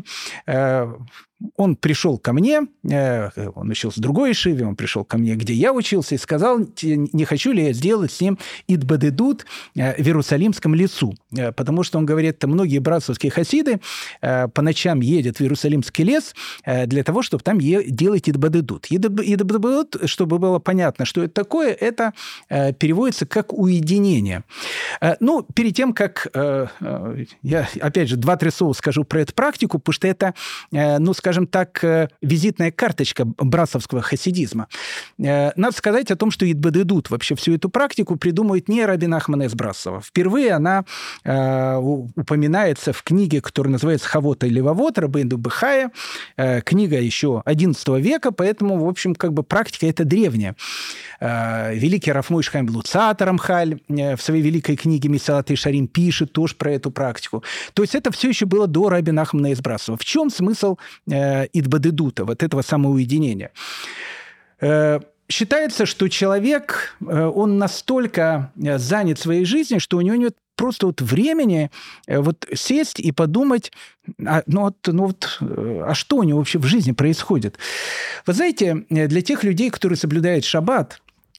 он пришел ко мне, он учился в другой Ешиве, он пришел ко мне, где я учился, и сказал, не хочу ли я сделать с ним идбадедут в Иерусалимском лесу. Потому что, он говорит, многие брасловские хасиды по ночам едут в Иерусалимский лес для того, чтобы там делать идбадедут. Идбадедут, чтобы было понятно, что это такое, это переводится как уединение. Ну, перед тем, как я, опять же, 2-3 слова скажу про эту практику, потому что это, ну, скажем так, визитная карточка брасловского хасидизма. Надо сказать о том, что идбадедут, вообще всю эту практику придумывает не раби Нахман из Браслова. Впервые она упоминается в книге, которая называется «Хавот и Левавот» Рабейну Бехая. Книга еще XI века, поэтому, в общем, как бы практика эта древняя. Великий Рав Мойше Хаим Луцата Рамхаль в своей великой книге «Месилат Йешарим» пишет тоже про эту практику. То есть это все еще было до раби Нахмана из Браслова. В чем смысл идбадедута, вот этого самоуединения? Считается, что человек, он настолько занят своей жизнью, что у него нет просто вот времени вот сесть и подумать, а что у него вообще в жизни происходит. Вы знаете, для тех людей, которые соблюдают шаббат,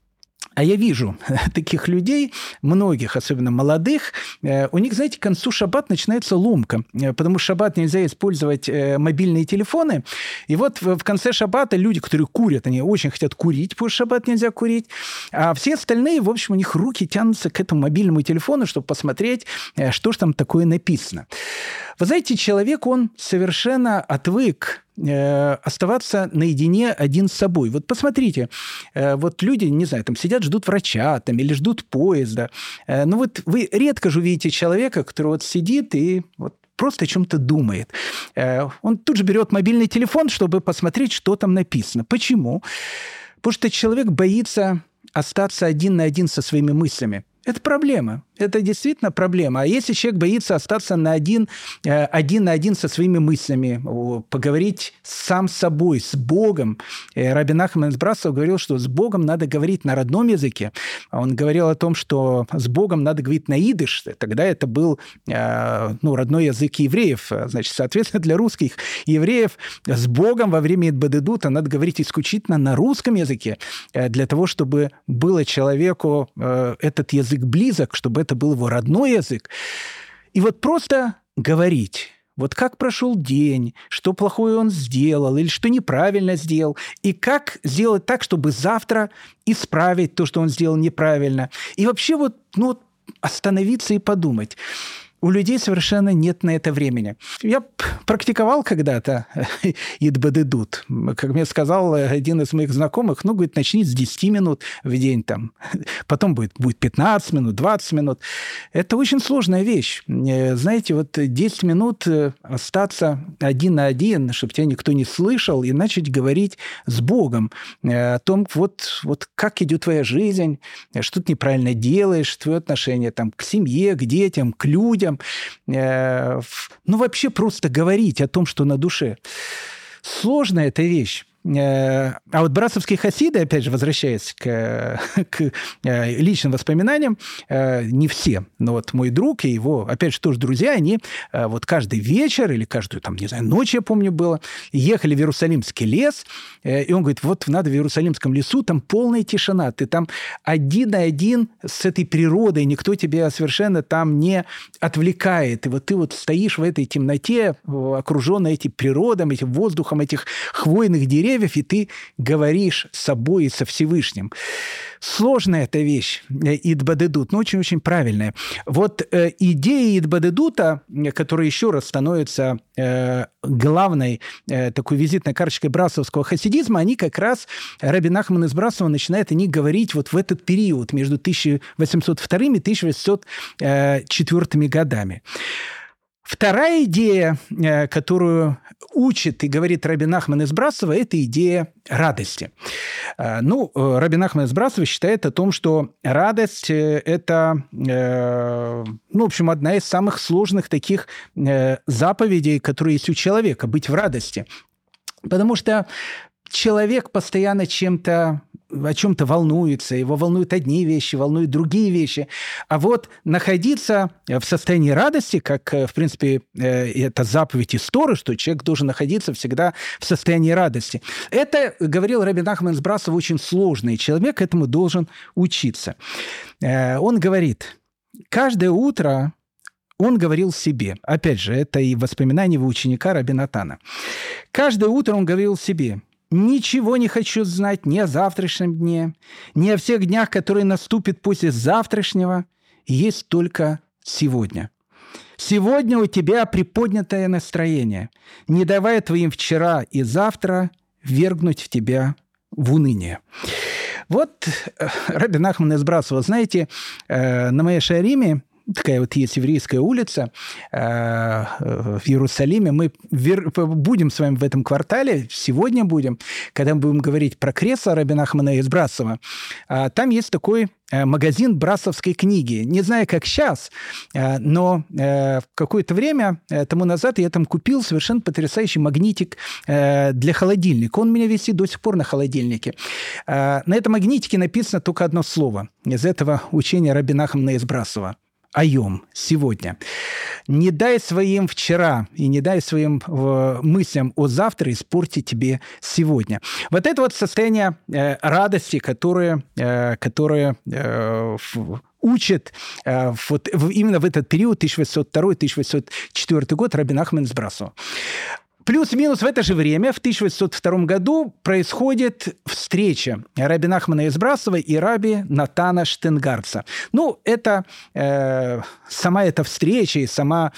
а я вижу таких людей, многих, особенно молодых, у них, знаете, к концу шаббат начинается ломка, потому что в шаббат нельзя использовать мобильные телефоны. И вот в конце шаббата люди, которые курят, они очень хотят курить, потому что в шаббат нельзя курить, а все остальные, в общем, у них руки тянутся к этому мобильному телефону, чтобы посмотреть, что же там такое написано. Вы знаете, человек, он совершенно отвык оставаться наедине один с собой. Вот посмотрите, вот люди, не знаю, там сидят, ждут врача там, или ждут поезда. Ну вот вы редко же увидите человека, который вот сидит и вот просто о чем-то думает. Он тут же берет мобильный телефон, чтобы посмотреть, что там написано. Почему? Потому что человек боится остаться один на один со своими мыслями. Это проблема. Это действительно проблема. А если человек боится остаться один на один со своими мыслями, поговорить сам с собой, с Богом. Раби Нахман из Браслова говорил, что с Богом надо говорить на родном языке. Он говорил о том, что с Богом надо говорить на идыш. Тогда это был родной язык евреев. Значит, соответственно, для русских евреев с Богом во время идбадедута надо говорить исключительно на русском языке, для того, чтобы было человеку этот язык близок, чтобы это был его родной язык. И вот просто говорить, вот как прошел день, что плохое он сделал или что неправильно сделал, и как сделать так, чтобы завтра исправить то, что он сделал неправильно. И вообще остановиться и подумать. У людей совершенно нет на это времени. Я практиковал когда-то идбадедут. Как мне сказал один из моих знакомых, говорит, начни с 10 минут в день, потом будет 15 минут, 20 минут. Это очень сложная вещь. Знаете, 10 минут остаться один на один, чтобы тебя никто не слышал, и начать говорить с Богом о том, как идет твоя жизнь, что ты неправильно делаешь, твое отношение к семье, к детям, к людям. Вообще просто говорить о том, что на душе. Сложная эта вещь. А вот брассовские хасиды, опять же, возвращаясь к личным воспоминаниям, не все, но вот мой друг и его, опять же, тоже друзья, они вот каждый вечер или каждую, там, не знаю, ночь, я помню, было, ехали в Иерусалимский лес, и он говорит, вот надо в Иерусалимском лесу, там полная тишина, ты там один на один с этой природой, никто тебя совершенно там не отвлекает, и вот ты вот стоишь в этой темноте, окруженный этим природой, этим воздухом, этих хвойных деревьев, и ты говоришь с собой и со Всевышним. Сложная эта вещь, Идбадедут, но очень-очень правильная. Вот идея Идбадедута, которая еще раз становится главной такой визитной карточкой брассовского хасидизма, они как раз, Раби Нахман из Брассова начинает о них говорить вот в этот период между 1802 и 1804 годами. Вторая идея, которую учит и говорит Раби Нахман из Брассова, это идея радости. Ну, Раби Нахман из Брассова считает о том, что радость – это, ну, в общем, одна из самых сложных таких заповедей, которые есть у человека – быть в радости. Потому что человек постоянно о чем-то волнуется, его волнуют одни вещи, волнуют другие вещи. А вот находиться в состоянии радости, как, в принципе, это заповедь из Торы, что человек должен находиться всегда в состоянии радости. Это, говорил Раби Нахман из Брассова, очень сложно, и человек этому должен учиться. Он говорит, каждое утро он говорил себе, опять же, это и воспоминания его ученика Раби Натана, каждое утро он говорил себе, ничего не хочу знать ни о завтрашнем дне, ни о всех днях, которые наступят после завтрашнего. Есть только сегодня. Сегодня у тебя приподнятое настроение, не давая твоим вчера и завтра ввергнуть в тебя в уныние. Вот Раби Нахман из Брассова, знаете, на моей Шаариме такая вот есть еврейская улица в Иерусалиме. Мы будем с вами в этом квартале, сегодня будем, когда мы будем говорить про кресло Раби Нахмана из Брассова. Там есть такой магазин брассовской книги. Не знаю, как сейчас, но какое-то время тому назад я там купил совершенно потрясающий магнитик для холодильника. Он у меня висит до сих пор на холодильнике. На этом магнитике написано только одно слово из этого учения Раби Нахмана из Брассова. Айом, сегодня. Не дай своим вчера и не дай своим мыслям о завтра испортить тебе сегодня. Вот это вот состояние радости, которое учит вот именно в этот период, 1802-1804 год, Раби Нахман из Брассова. Плюс-минус в это же время, в 1802 году, происходит встреча Раби Нахмана из Брассова и Раби Натана Штенгартса. Ну, это сама эта встреча и сама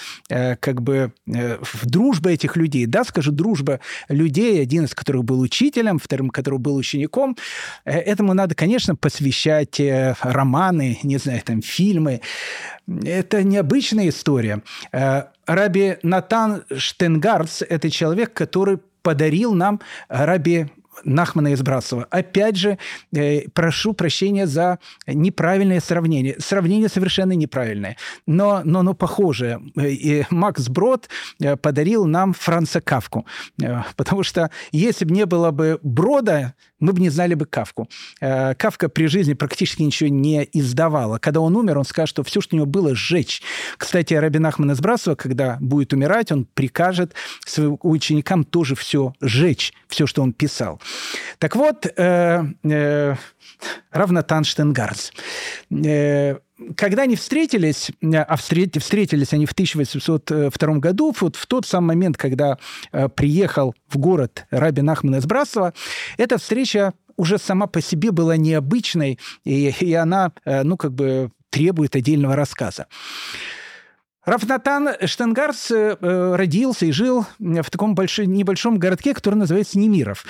дружба этих людей, да, скажу, дружба людей, один из которых был учителем, вторым, который был учеником, этому надо, конечно, посвящать романы, не знаю, там, фильмы. Это необычная история. Раби Натан Штенгартс – это человек, который подарил нам Раби Нахмана из Брассова. Опять же, прошу прощения за неправильное сравнение. Сравнение совершенно неправильное, но похожее. И Макс Брод подарил нам Франца Кафку. Потому что если бы не было бы Брода, мы бы не знали бы Кафку. Кафка при жизни практически ничего не издавал. А когда он умер, он скажет, что все, что у него было, сжечь. Кстати, Раби Нахман из Брассова, когда будет умирать, он прикажет своим ученикам тоже все сжечь, все, что он писал. Так вот, Рав Натан Штенгартс. Когда они встретились, встретились они в 1802 году, вот в тот самый момент, когда приехал в город Раби Нахман из Брассова, эта встреча уже сама по себе была необычной, и она, требует отдельного рассказа. Рав Натан Штенгартс родился и жил в таком небольшом городке, который называется Немиров.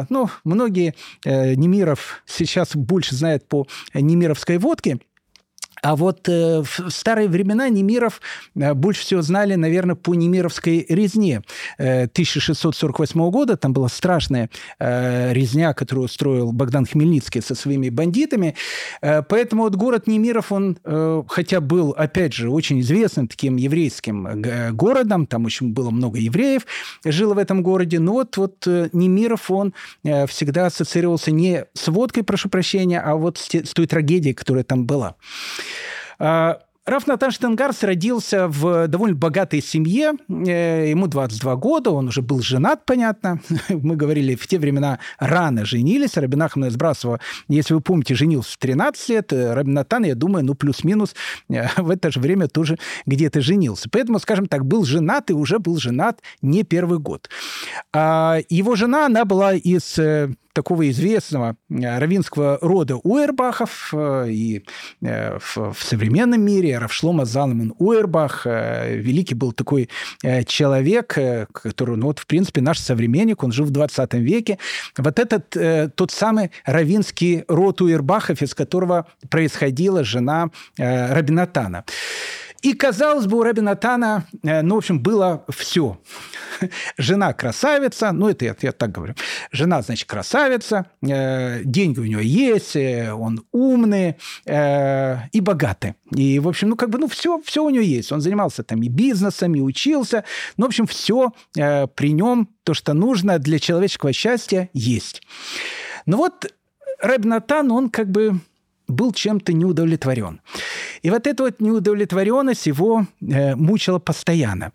Многие Немиров сейчас больше знают по немировской водке. А вот в старые времена немиров больше всего знали, наверное, по немировской резне 1648 года. Там была страшная резня, которую устроил Богдан Хмельницкий со своими бандитами. Поэтому вот город Немиров, он, хотя был, опять же, очень известным таким еврейским городом, там очень было много евреев, жило в этом городе, но вот Немиров, он всегда ассоциировался не с водкой, прошу прощения, а вот с той трагедией, которая там была. Раф Натан Штенгарс родился в довольно богатой семье. Ему 22 года, он уже был женат, понятно. Мы говорили, в те времена рано женились. Раби Нахман из Браслова, если вы помните, женился в 13 лет. Раби Натан, я думаю, плюс-минус в это же время тоже где-то женился. Поэтому, скажем так, был женат и уже был женат не первый год. Его жена, она была из такого известного раввинского рода Уэрбахов, и в современном мире Рав Шломо Залман Уэрбах, великий был такой человек, который, в принципе, наш современник, он жил в 20 веке. Вот этот тот самый раввинский род Уэрбахов, из которого происходила жена Раби Натана. И, казалось бы, у Раби Натана, в общем, было все. Жена красавица, это я так говорю. Жена, значит, красавица, деньги у него есть, он умный и богатый. И, в общем, все у него есть. Он занимался там и бизнесом, и учился. В общем, все при нем, то, что нужно для человеческого счастья, есть. Но вот Раби Натан, он был чем-то неудовлетворен. И вот эта вот неудовлетворенность его мучила постоянно.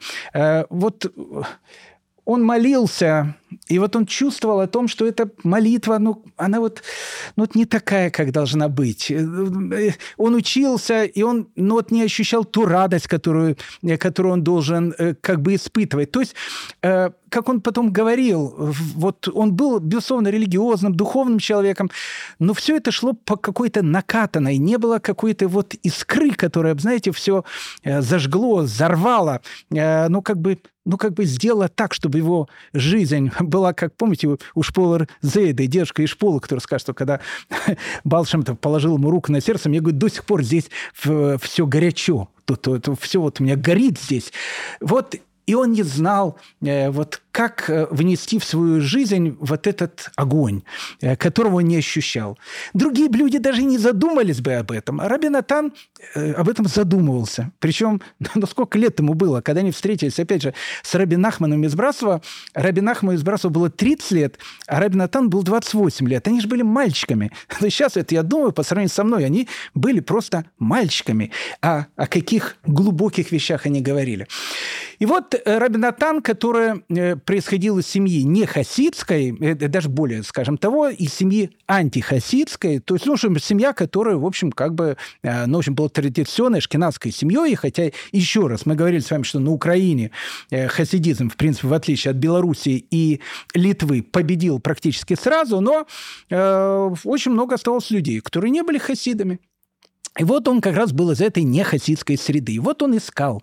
Он молился, и вот он чувствовал о том, что эта молитва, она не такая, как должна быть. Он учился, и он не ощущал ту радость, которую он должен испытывать. То есть, как он потом говорил, он был, безусловно, религиозным, духовным человеком, но все это шло по какой-то накатанной, не было какой-то искры, которая, знаете, все зажгло, взорвало, сделала так, чтобы его жизнь была, как помните, у Шполер Зейда, дедушка из Шполы, который скажет, что когда Баал Шем Тов положил ему руку на сердце, мне, говорит, до сих пор здесь все горячо, все у меня горит здесь. И он не знал, как внести в свою жизнь этот огонь, которого он не ощущал. Другие люди даже не задумались бы об этом. А Раби Натан об этом задумывался. Причем, сколько лет ему было, когда они встретились, опять же, с Раби Нахманом из Браслова. Раби Нахману из Браслова было 30 лет, а Раби Натан был 28 лет. Они же были мальчиками. Но сейчас, я думаю, по сравнению со мной, они были просто мальчиками. А о каких глубоких вещах они говорили. И Раби Натан, который происходил из семьи не хасидской, даже более, скажем того, из семьи антихасидской, то есть, семья, которая, в общем, была традиционной ашкеназской семьей, хотя, еще раз, мы говорили с вами, что на Украине хасидизм, в принципе, в отличие от Белоруссии и Литвы, победил практически сразу, но очень много оставалось людей, которые не были хасидами. И он как раз был из этой нехасидской среды. И он искал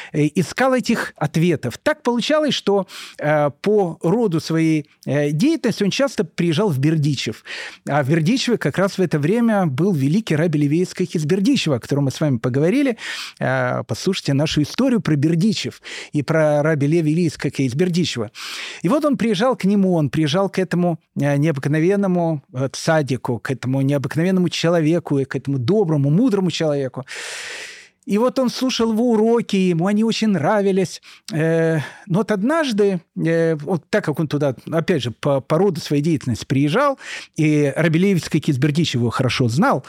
этих ответов. Так получалось, что по роду своей деятельности он часто приезжал в Бердичев. А в Бердичеве как раз в это время был великий Раби Леви Ицхак из Бердичева, о котором мы с вами поговорили. Послушайте нашу историю про Бердичев и про Раби Леви Ицхака из Бердичева. И он приезжал к нему, он приезжал к этому необыкновенному цадику, к этому необыкновенному человеку, к этому доброму, мудрому человеку. И он слушал его уроки, ему они очень нравились. Но однажды, так как он туда, опять же, по роду своей деятельности приезжал, и Раби Леви Ицхак из Бердичева его хорошо знал,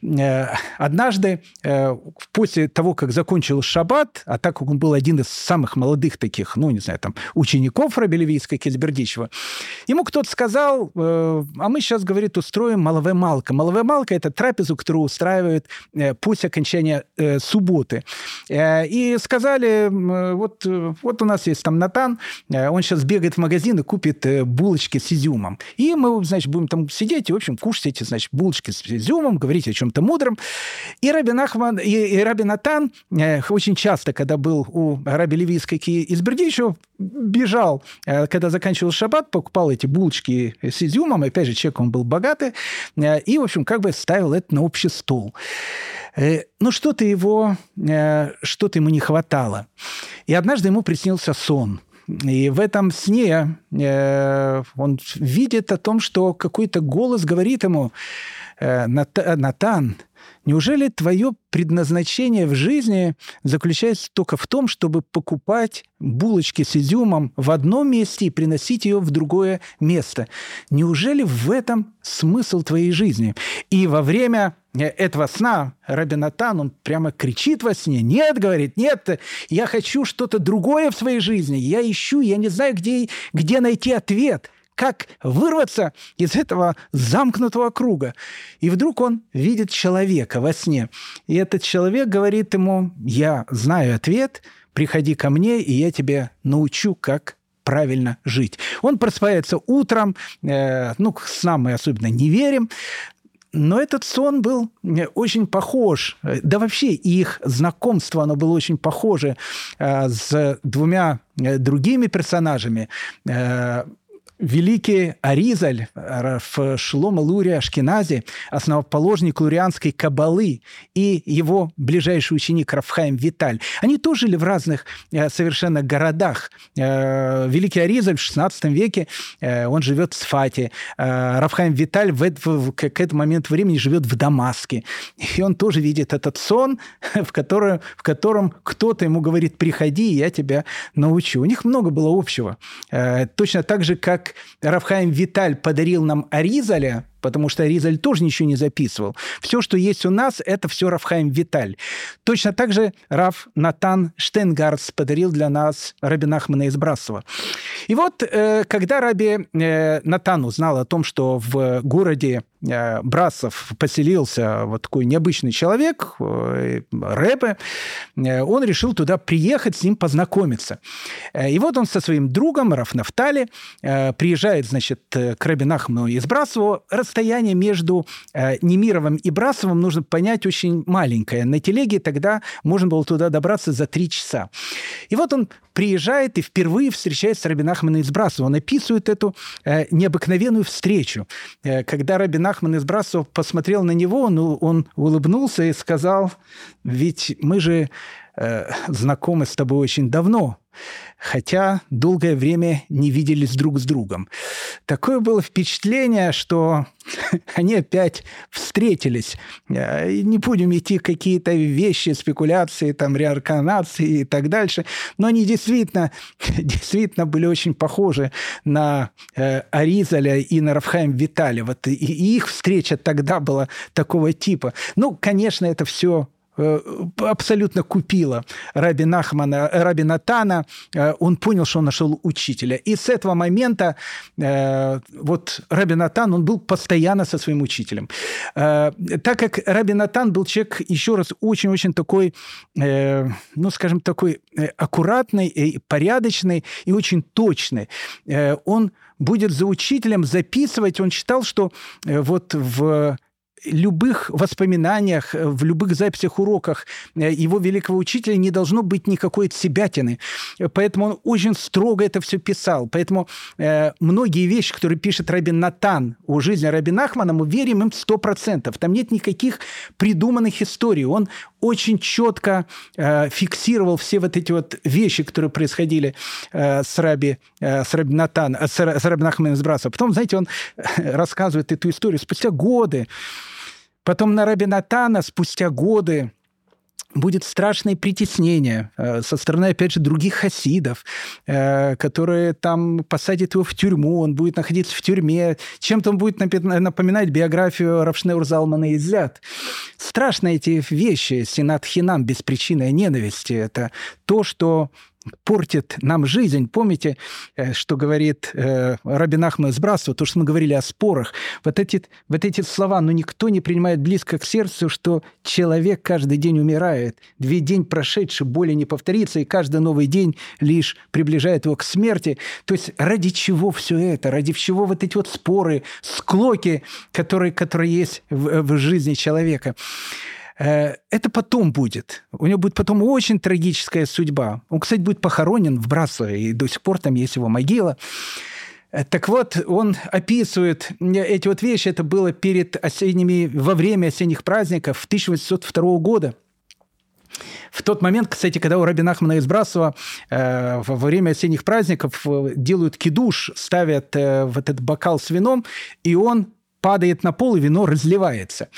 однажды, после того, как закончил шаббат, а так как он был один из самых молодых таких, учеников Раби Леви Ицхака из Бердичева, ему кто-то сказал, а мы сейчас, говорит, устроим малаве малка. Малаве малка – это трапезу, которую устраивают после окончания субботы. И сказали, вот у нас есть там Натан, он сейчас бегает в магазин и купит булочки с изюмом. И мы, значит, будем там сидеть и, в общем, кушать эти, значит, булочки с изюмом, говорить о чем-то мудром. И Раби Нахман, и Раби Натан очень часто, когда был у Раби Леви Ицхака из Бердичева, бежал, когда заканчивал шаббат, покупал эти булочки с изюмом, опять же, человек он был богатый, и, в общем, ставил это на общий стол. Но что-то ему не хватало. И однажды ему приснился сон. И в этом сне он видит о том, что какой-то голос говорит ему: «Натан, неужели твое предназначение в жизни заключается только в том, чтобы покупать булочки с изюмом в одном месте и приносить ее в другое место? Неужели в этом смысл твоей жизни?» И во время этого сна Раби Натан, он прямо кричит во сне: «Нет, — говорит, — нет, я хочу что-то другое в своей жизни. Я ищу, я не знаю, где найти ответ. Как вырваться из этого замкнутого круга?» И вдруг он видит человека во сне. И этот человек говорит ему: «Я знаю ответ, приходи ко мне, и я тебя научу, как правильно жить». Он просыпается утром, к снам мы особенно не верим, но этот сон был очень похож, да вообще их знакомство, оно было очень похоже с двумя другими персонажами. Великий Аризаль, Шломо Лури Ашкенази, основоположник лурианской каббалы, и его ближайший ученик Рав Хаим Виталь. Они тоже жили в разных совершенно городах. Великий Аризаль в XVI веке, он живет в Сфате. Рав Хаим Виталь к этому моменту времени живет в Дамаске. И он тоже видит этот сон, в котором кто-то ему говорит: «Приходи, я тебя научу». У них много было общего. Точно так же, как Рав Хаим Виталь подарил нам Аризаля, потому что Аризаль тоже ничего не записывал. Все, что есть у нас, это все Рав Хаим Виталь. Точно так же Рав Натан Штенгарц подарил для нас Раби Нахмана из Брассова. И вот, когда Раби Натан узнал о том, что в городе Брассов поселился вот такой необычный человек, Ребе, он решил туда приехать, с ним познакомиться. И вот он со своим другом, Рав Нафтали, приезжает, значит, к Раби Нахману из Брассова. Расстояние между Немировым и Брассовым, нужно понять, очень маленькое. На телеге тогда можно было туда добраться за 3 часа. И вот он приезжает и впервые встречается с Раби Нахманом из Брассова. Он описывает эту необыкновенную встречу. Когда Раби Нахман из Брассова посмотрел на него, он улыбнулся и сказал: «Ведь мы же знакомы с тобой очень давно, хотя долгое время не виделись друг с другом». Такое было впечатление, что они опять встретились. Не будем идти в какие-то вещи, спекуляции, там, реинкарнации и так дальше, но они действительно были очень похожи на Аризаля и на Рав Хаим Виталя. Вот и их встреча тогда была такого типа. Ну, конечно, это все абсолютно купила Раби Натана. Он понял, что он нашел учителя. И с этого момента вот Раби Натан, он был постоянно со своим учителем. Так как Раби Натан был человек, еще раз, очень-очень такой, скажем, такой аккуратный, порядочный и очень точный. Он будет за учителем записывать. Он считал, что вот в любых воспоминаниях, в любых записях, уроках его великого учителя не должно быть никакой отсебятины. Поэтому он очень строго это все писал. Поэтому многие вещи, которые пишет Раби Натан о жизни Раби Нахмана, мы верим им 100%. Там нет никаких придуманных историй. Он очень четко фиксировал все вот эти вот вещи, которые происходили с Раби Нахманом из Брассова. Потом, знаете, он рассказывает эту историю спустя годы. Потом на Раби Натана спустя годы будет страшное притеснение со стороны, опять же, других хасидов, которые там посадят его в тюрьму, он будет находиться в тюрьме, чем-то он будет напоминать биографию Рав Шнeur Залмана из Ляд. Страшные эти вещи, синат хинам, беспричинной ненависти, это то, что портит нам жизнь. Помните, что говорит Раби Нахман из Брассова, то, что мы говорили о спорах. Вот эти слова, но никто не принимает близко к сердцу, что человек каждый день умирает. 2 день прошедший, более не повторится, и каждый новый день лишь приближает его к смерти. То есть ради чего все это? Ради чего вот эти вот споры, склоки, которые есть в жизни человека? Это потом будет. У него будет потом очень трагическая судьба. Он, кстати, будет похоронен в Брассове, и до сих пор там есть его могила. Так вот, он описывает эти вот вещи. Это было во время осенних праздников 1802 года. В тот момент, кстати, когда у раби Нахмана из Браслова во время осенних праздников делают кидуш, ставят в этот бокал с вином, и он падает на пол, и вино разливается.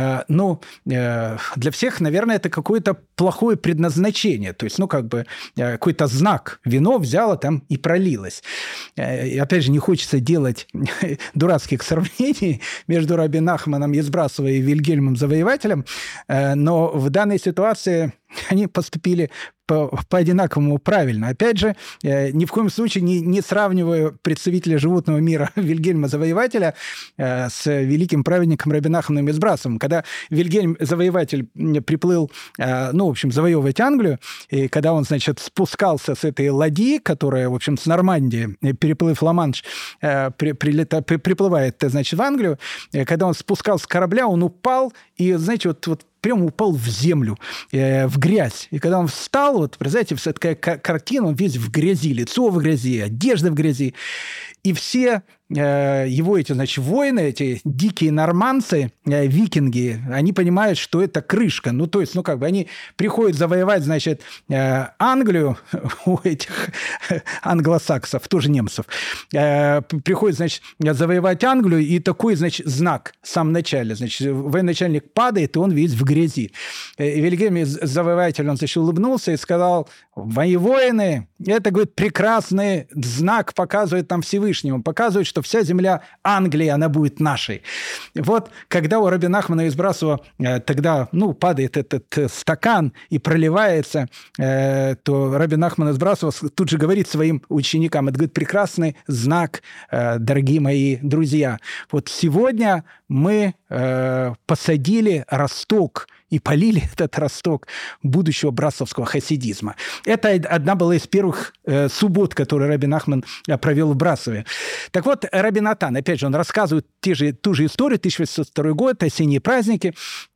Для всех, наверное, это какое-то плохое предназначение. То есть, какой-то знак. Вино взяло там и пролилось. И опять же, не хочется делать дурацких сравнений между раби Нахманом из Браслова и Вильгельмом Завоевателем, но в данной ситуации они поступили по-одинаковому правильно. Опять же, ни в коем случае не сравниваю представителя животного мира Вильгельма Завоевателя с великим праведником раби Нахманом из Браслова. Когда Вильгельм Завоеватель приплыл, завоевывать Англию, и когда он, спускался с этой ладьи, которая, с Нормандии, переплыв Ла-Манш, приплывает, в Англию, когда он спускался с корабля, он упал, и, прямо упал в землю, в грязь. И когда он встал, представляете, такая картина, он весь в грязи, лицо в грязи, одежда в грязи. И все его эти, воины, эти дикие нормандцы, викинги, они понимают, что это крышка. Они приходят завоевать, Англию у этих англосаксов, тоже немцев. Приходят, завоевать Англию, и такой, знак в самом начале. Военачальник падает, и он весь в грязи. И Вильгельм Завоеватель, он, улыбнулся и сказал: «Мои воины, это, говорит, прекрасный знак показывает нам Всевышнему, показывает, что вся земля Англии, она будет нашей». Вот, когда у раби Нахмана из Браслова тогда, падает этот стакан и проливается, то раби Нахман из Браслова тут же говорит своим ученикам: это, говорит, прекрасный знак, дорогие мои друзья. Вот сегодня мы посадили росток и полили этот росток будущего брасловского хасидизма. Это одна была из первых суббот, которые раби Нахман провел в Браслове. Так вот, раби Натан, опять же, он рассказывает ту же историю, 1802 год, осенние праздники.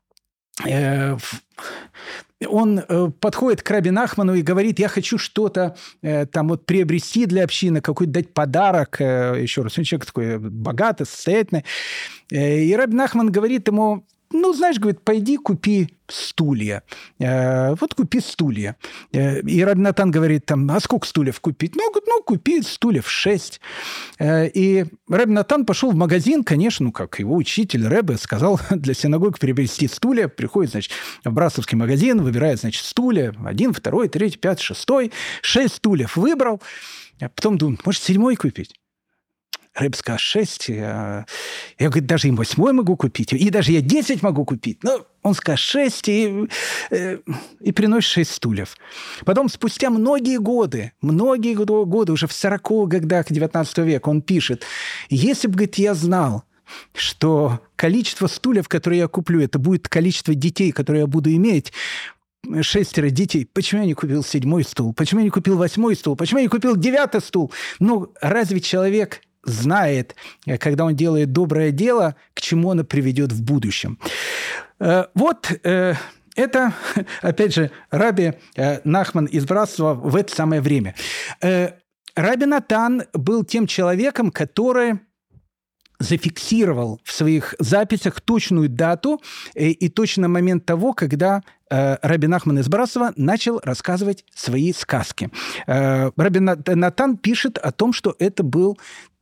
Он подходит к раби Нахману и говорит: я хочу что-то приобрести для общины, какой-то дать подарок. Еще раз, он человек такой богатый, состоятельный. И раби Нахман говорит ему: говорит, пойди купи стулья. Купи стулья. И раби Натан говорит: а сколько стульев купить? Купи стульев 6. И раби Натан пошел в магазин, конечно, как его учитель Ребе сказал, для синагоги приобрести стулья. Приходит, в брасловский магазин, выбирает, стулья. 1, 2, 3, 5, 6. 6 стульев выбрал. А потом думает: может, 7 купить? Ребе сказал: 6. Я, говорит, даже и 8 могу купить, и даже я 10 могу купить. Но он сказал: 6, и приносит 6 стульев. Потом, спустя многие годы, уже в 40-х годах 19 века, он пишет: если бы, говорит, я знал, что количество стульев, которые я куплю, это будет количество детей, которые я буду иметь, 6 детей. Почему я не купил 7 стул? Почему я не купил 8 стул? Почему я не купил 9 стул? Разве человек знает, когда он делает доброе дело, к чему оно приведет в будущем? Это, опять же, раби Нахман из Браслова в это самое время. Раби Натан был тем человеком, который зафиксировал в своих записях точную дату и точный момент того, когда раби Нахман из Браслова начал рассказывать свои сказки. Раби Натан пишет о том, что это был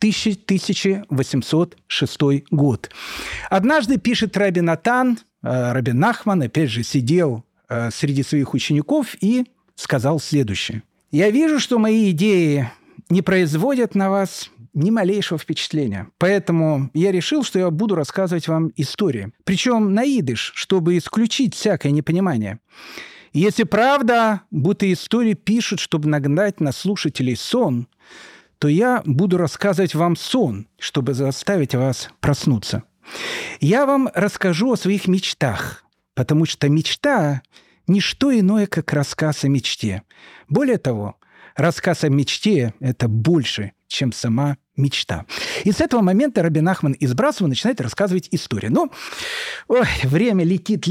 1806 год. Однажды, пишет раби Натан, раби Нахман, опять же, сидел среди своих учеников и сказал следующее: «Я вижу, что мои идеи не производят на вас ни малейшего впечатления. Поэтому я решил, что я буду рассказывать вам истории. Причем на идиш, чтобы исключить всякое непонимание. Если правда, будто истории пишут, чтобы нагнать на слушателей сон, то я буду рассказывать вам сон, чтобы заставить вас проснуться. Я вам расскажу о своих мечтах, потому что мечта – не что иное, как рассказ о мечте. Более того, рассказ о мечте – это больше, чем сама мечта. И с этого момента Раби Нахман из Браслова начинает рассказывать историю. Ну, время летит.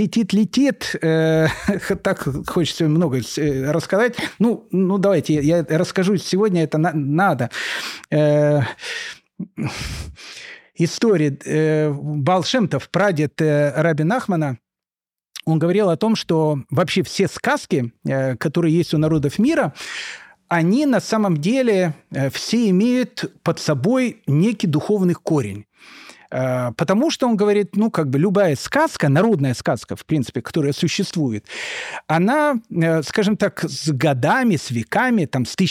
Так хочется много рассказать. Ну, давайте, я расскажу сегодня, это надо. История Баал Шем Тов, прадед Раби Нахмана, он говорил о том, что вообще все сказки, которые есть у народов мира, они на самом деле все имеют под собой некий духовный корень. Потому что, он говорит, любая сказка, народная сказка, в принципе, которая существует, она, скажем так, с годами, с веками, там, с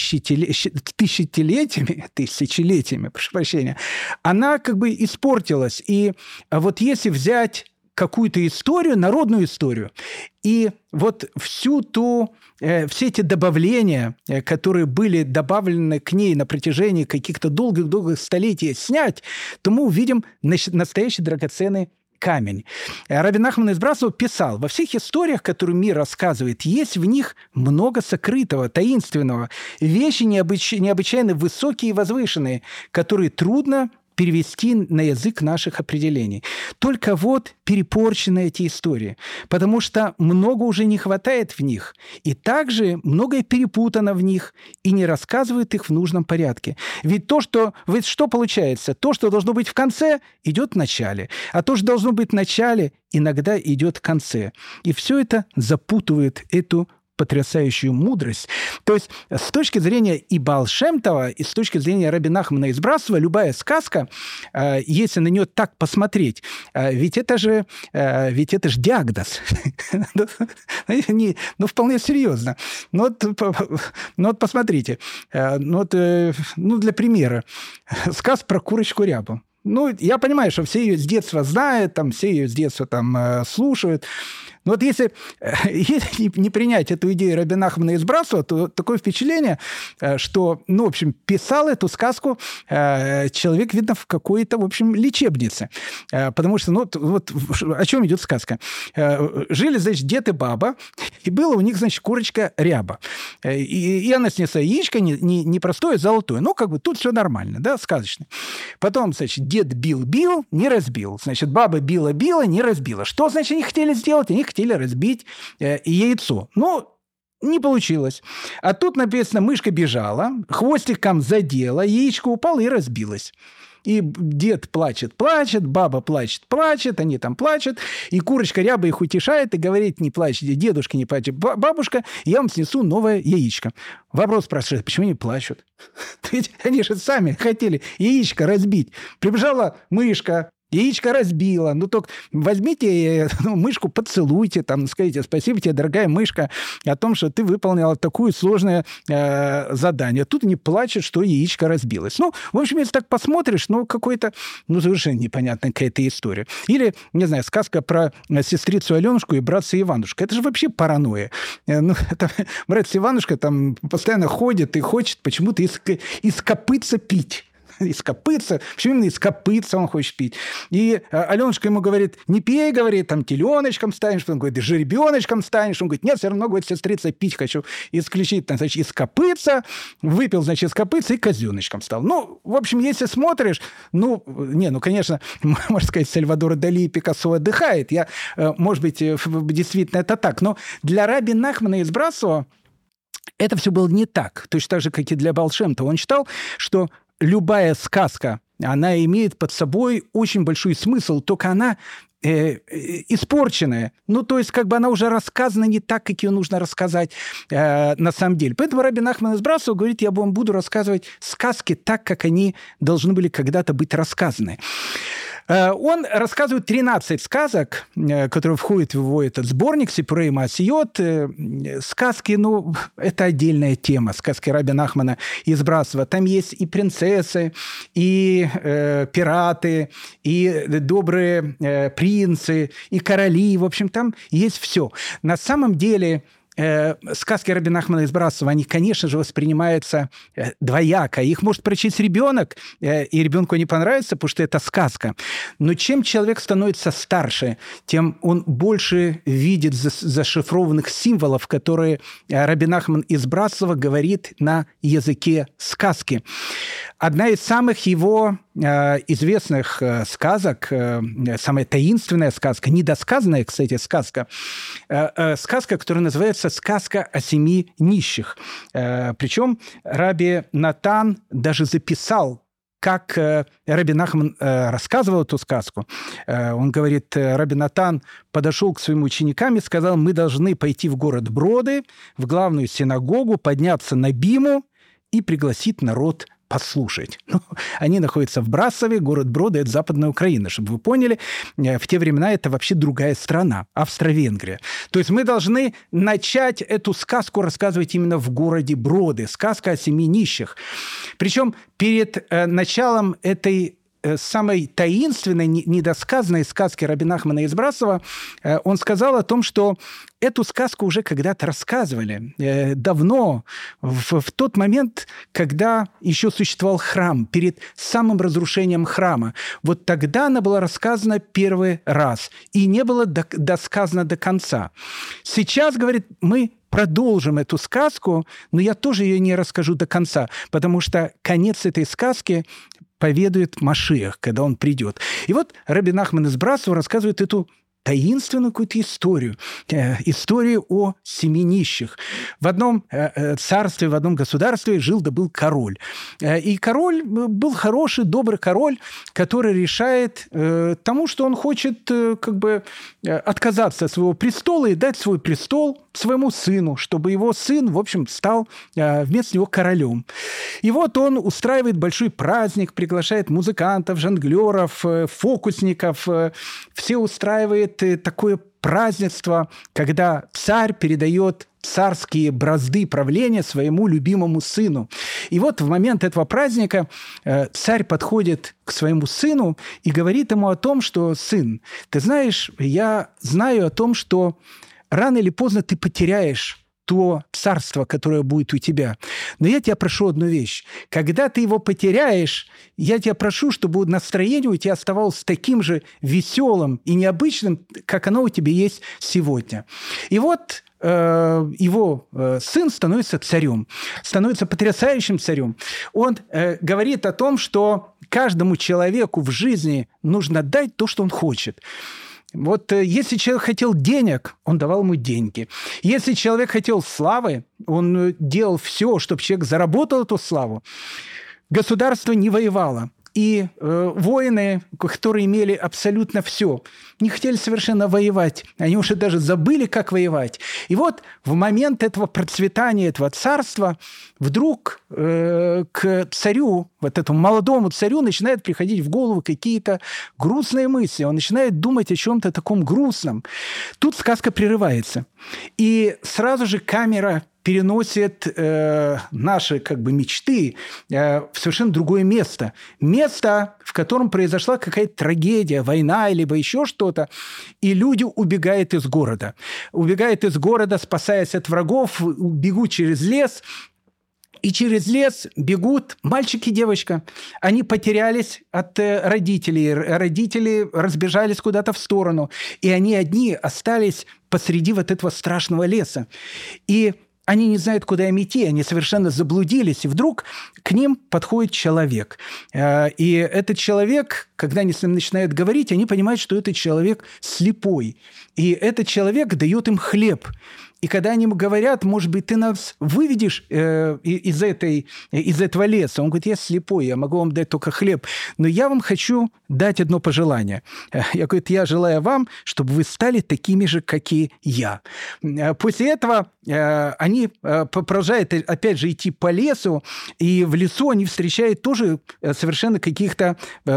тысячелетиями, прошу прощения, она испортилась. И вот если взять какую-то историю, народную историю, и вот все эти добавления, которые были добавлены к ней на протяжении каких-то долгих-долгих столетий, снять, то мы увидим настоящий драгоценный камень. Раби Нахман из Браслова писал: во всех историях, которые мир рассказывает, есть в них много сокрытого, таинственного, вещи необычайно высокие и возвышенные, которые трудно перевести на язык наших определений. Только вот перепорчены эти истории, потому что много уже не хватает в них, и также многое перепутано в них, и не рассказывают их в нужном порядке. Ведь что получается? То, что должно быть в конце, идет в начале, а то, что должно быть в начале, иногда идет в конце. И все это запутывает эту потрясающую мудрость. То есть с точки зрения и Баал Шем Това, и с точки зрения Раби Нахмана из Браслова, любая сказка, если на нее так посмотреть, ведь это же диагноз. Вполне серьезно. Вот посмотрите. Для примера. Сказ про курочку-рябу. Я понимаю, что все ее с детства знают, все ее с детства слушают. Но вот если не принять эту идею Раби Нахмана из Браслова, то такое впечатление, что, писал эту сказку человек, видно, в какой-то, лечебнице. Потому что, о чем идет сказка? Жили, значит, дед и баба, и была у них, значит, курочка-ряба. И она снесла яичко не простое, а золотое. Тут все нормально, да, сказочно. Потом, значит, дед бил, не разбил. Значит, баба била, не разбила. Что, значит, они хотели сделать? Они хотели разбить яйцо. Не получилось. А тут написано, мышка бежала, хвостиком задела, яичко упало и разбилось. И дед плачет, баба плачет, они там плачут, и курочка-ряба их утешает и говорит: не плачьте, дедушка, не плачьте, бабушка, я вам снесу новое яичко. Вопрос спрашивает: почему они плачут? Ведь они же сами хотели яичко разбить. Прибежала мышка, яичко разбила. Только возьмите мышку, поцелуйте, скажите: спасибо тебе, дорогая мышка, о том, что ты выполнила такое сложное задание. Тут не плачет, что яичко разбилось. В общем, если так посмотришь, какой-то, совершенно непонятная какая-то история. Или, не знаю, сказка про сестрицу Аленушку и братца Иванушка. Это же вообще паранойя. Братец Иванушка постоянно ходит и хочет почему-то из копытца пить. Из копытца. Почему именно из копытца он хочет пить? И Аленушка ему говорит: не пей, говорит, теленочком станешь. Он говорит: жеребеночком станешь. Он говорит: нет, все равно, говорит, сестрица, пить хочу исключительно, значит, из копытца. Выпил, значит, из копытца и козеночком стал. В общем, если смотришь, конечно, можно сказать, Сальвадор Дали и Пикассо отдыхает. Может быть, действительно это так. Но для Раби Нахмана из Браслова это все было не так. Точно так же, как и для Баал Шем Това. Он считал, что любая сказка, она имеет под собой очень большой смысл, только она испорченная. То есть, она уже рассказана не так, как ее нужно рассказать на самом деле. Поэтому Раби Нахман из Браслова говорит: я вам буду рассказывать сказки так, как они должны были когда-то быть рассказаны. Он рассказывает 13 сказок, которые входят в его этот сборник «Сипурей Маасиот». Сказки, это отдельная тема, сказки Раби Нахмана из Браслова. Там есть и принцессы, и пираты, и добрые принцы, и короли. В общем, там есть все. На самом деле, сказки Раби Нахмана из Братслава, они, конечно же, воспринимаются двояко. Их может прочесть ребенок, и ребенку не понравится, потому что это сказка. Но чем человек становится старше, тем он больше видит зашифрованных символов, которые Раби Нахман из Братслава говорит на языке сказки. Одна из самых его известных сказок, самая таинственная сказка, недосказанная, кстати, сказка, которая называется «Сказка о семи нищих». Причем Раби Натан даже записал, как Раби Нахман рассказывал эту сказку. Он говорит, Раби Натан подошел к своим ученикам и сказал: мы должны пойти в город Броды, в главную синагогу, подняться на биму и пригласить народ послушать. Они находятся в Братславе, город Броды – это Западная Украина, чтобы вы поняли. В те времена это вообще другая страна, Австро-Венгрия. То есть мы должны начать эту сказку рассказывать именно в городе Броды. Сказка о семи нищих. Причем перед началом этой самой таинственной, недосказанной сказки Раби Нахмана из Братслава, он сказал о том, что эту сказку уже когда-то рассказывали давно, в тот момент, когда еще существовал храм, перед самым разрушением храма. Вот тогда она была рассказана первый раз и не была досказана до конца. Сейчас, говорит, мы продолжим эту сказку, но я тоже ее не расскажу до конца, потому что конец этой сказки поведает Машиах, когда он придет. И вот Раби Нахман из Братслава рассказывает эту таинственную какую-то историю о семи нищих. В одном царстве, в одном государстве жил да был король. И король был хороший, добрый король, который решает тому, что он хочет отказаться от своего престола и дать свой престол своему сыну, чтобы его сын, в общем, стал вместо него королем. И вот он устраивает большой праздник, приглашает музыкантов, жонглеров, фокусников, все устраивает такое празднество, когда царь передает царские бразды правления своему любимому сыну. И вот в момент этого праздника царь подходит к своему сыну и говорит ему о том, что: «Сын, ты знаешь, я знаю о том, что рано или поздно ты потеряешь то царство, которое будет у тебя. Но я тебя прошу одну вещь. Когда ты его потеряешь, я тебя прошу, чтобы настроение у тебя оставалось таким же веселым и необычным, как оно у тебя есть сегодня». И вот его сын становится царем, становится потрясающим царем. Он говорит о том, что каждому человеку в жизни нужно дать то, что он хочет. Вот если человек хотел денег, он давал ему деньги. Если человек хотел славы, он делал все, чтобы человек заработал эту славу. Государство не воевало. И воины, которые имели абсолютно все, не хотели совершенно воевать. Они уже даже забыли, как воевать. И вот в момент этого процветания этого царства вдруг к царю, вот этому молодому царю, начинают приходить в голову какие-то грустные мысли. Он начинает думать о чем-то таком грустном. Тут сказка прерывается. И сразу же камера переносит наши мечты в совершенно другое место. Место, в котором произошла какая-то трагедия, война, либо еще что-то, и люди убегают из города. Убегают из города, спасаясь от врагов, бегут через лес. И через лес бегут мальчик и девочка. Они потерялись от родителей. Родители разбежались куда-то в сторону. И они одни остались посреди вот этого страшного леса. И они не знают, куда им идти, они совершенно заблудились. И вдруг к ним подходит человек. И этот человек, когда они с ним начинают говорить, они понимают, что этот человек слепой. И этот человек дает им хлеб. И когда они ему говорят: может быть, ты нас выведешь из этого леса? Он говорит: я слепой, я могу вам дать только хлеб, но я вам хочу дать одно пожелание. Я говорю: я желаю вам, чтобы вы стали такими же, как и я. После этого они продолжают, опять же, идти по лесу, и в лесу они встречают тоже совершенно каких-то